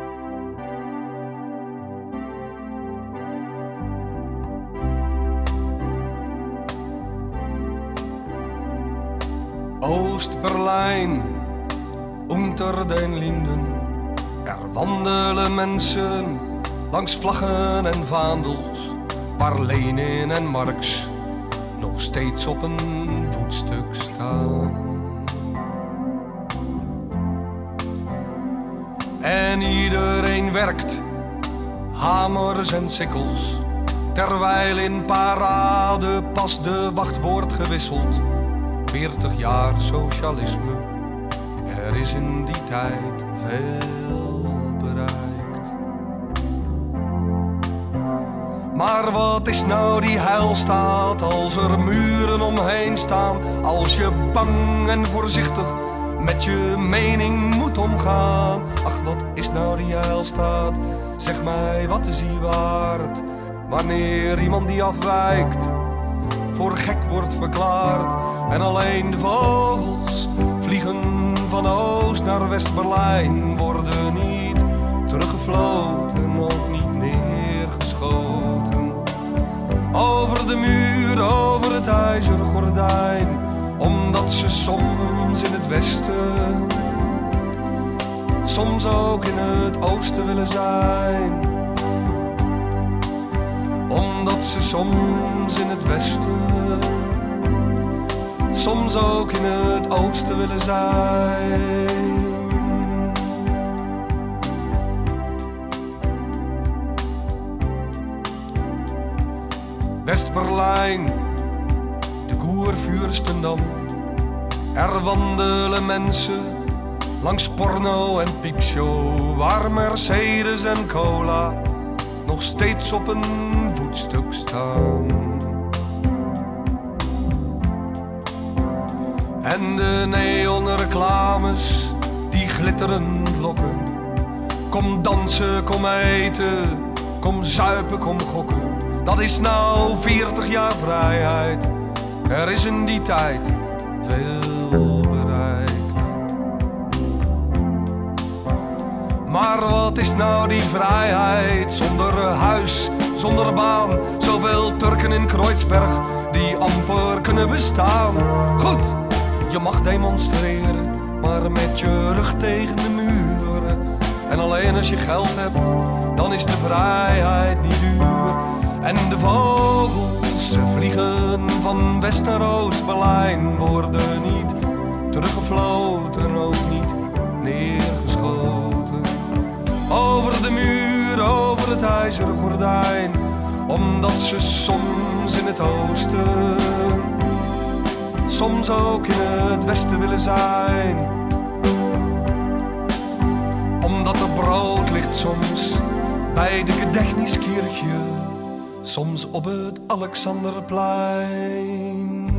Oost-Berlijn, unter den Linden. Er wandelen mensen langs vlaggen en vaandels, waar Lenin en Marx nog steeds op een voetstuk staan. En iedereen werkt, hamers en sikkels, terwijl in parade pas de wacht wordt gewisseld. veertig jaar socialisme, er is in die tijd veel bereikt. Maar wat is nou die heilstaat als er muren omheen staan? Als je bang en voorzichtig met je mening moet omgaan. Ach, wat is nou die heilstaat? Zeg mij, wat is die waard? Wanneer iemand die afwijkt voor gek wordt verklaard. En alleen de vogels vliegen van Oost naar West-Berlijn, worden niet teruggefloten, ook niet neergeschoten. Over de muur, over het ijzeren gordijn, omdat ze soms in het westen, soms ook in het oosten willen zijn. Omdat ze soms in het westen, soms ook in het oosten willen zijn. West-Berlijn, de Kurfürstendamm. Er wandelen mensen langs porno en piepshow, waar Mercedes en cola nog steeds op een voetstuk staan. En de neonreclames die glitterend lokken. Kom dansen, kom eten, kom zuipen, kom gokken. Dat is nou veertig jaar vrijheid. Er is in die tijd veel bereikt. Maar wat is nou die vrijheid zonder huis, zonder baan? Zoveel Turken in Kreuzberg die amper kunnen bestaan. Goed, je mag demonstreren, maar met je rug tegen de muren. En alleen als je geld hebt, dan is de vrijheid niet duur. En de vogels, ze vliegen van West naar Oost-Berlijn, worden niet teruggefloten, ook niet neergeschoten. Over de muur, over het ijzeren gordijn, omdat ze soms in het oosten, soms ook in het westen willen zijn. Omdat er brood ligt soms bij de Gedächtniskirche, soms op het Alexanderplein.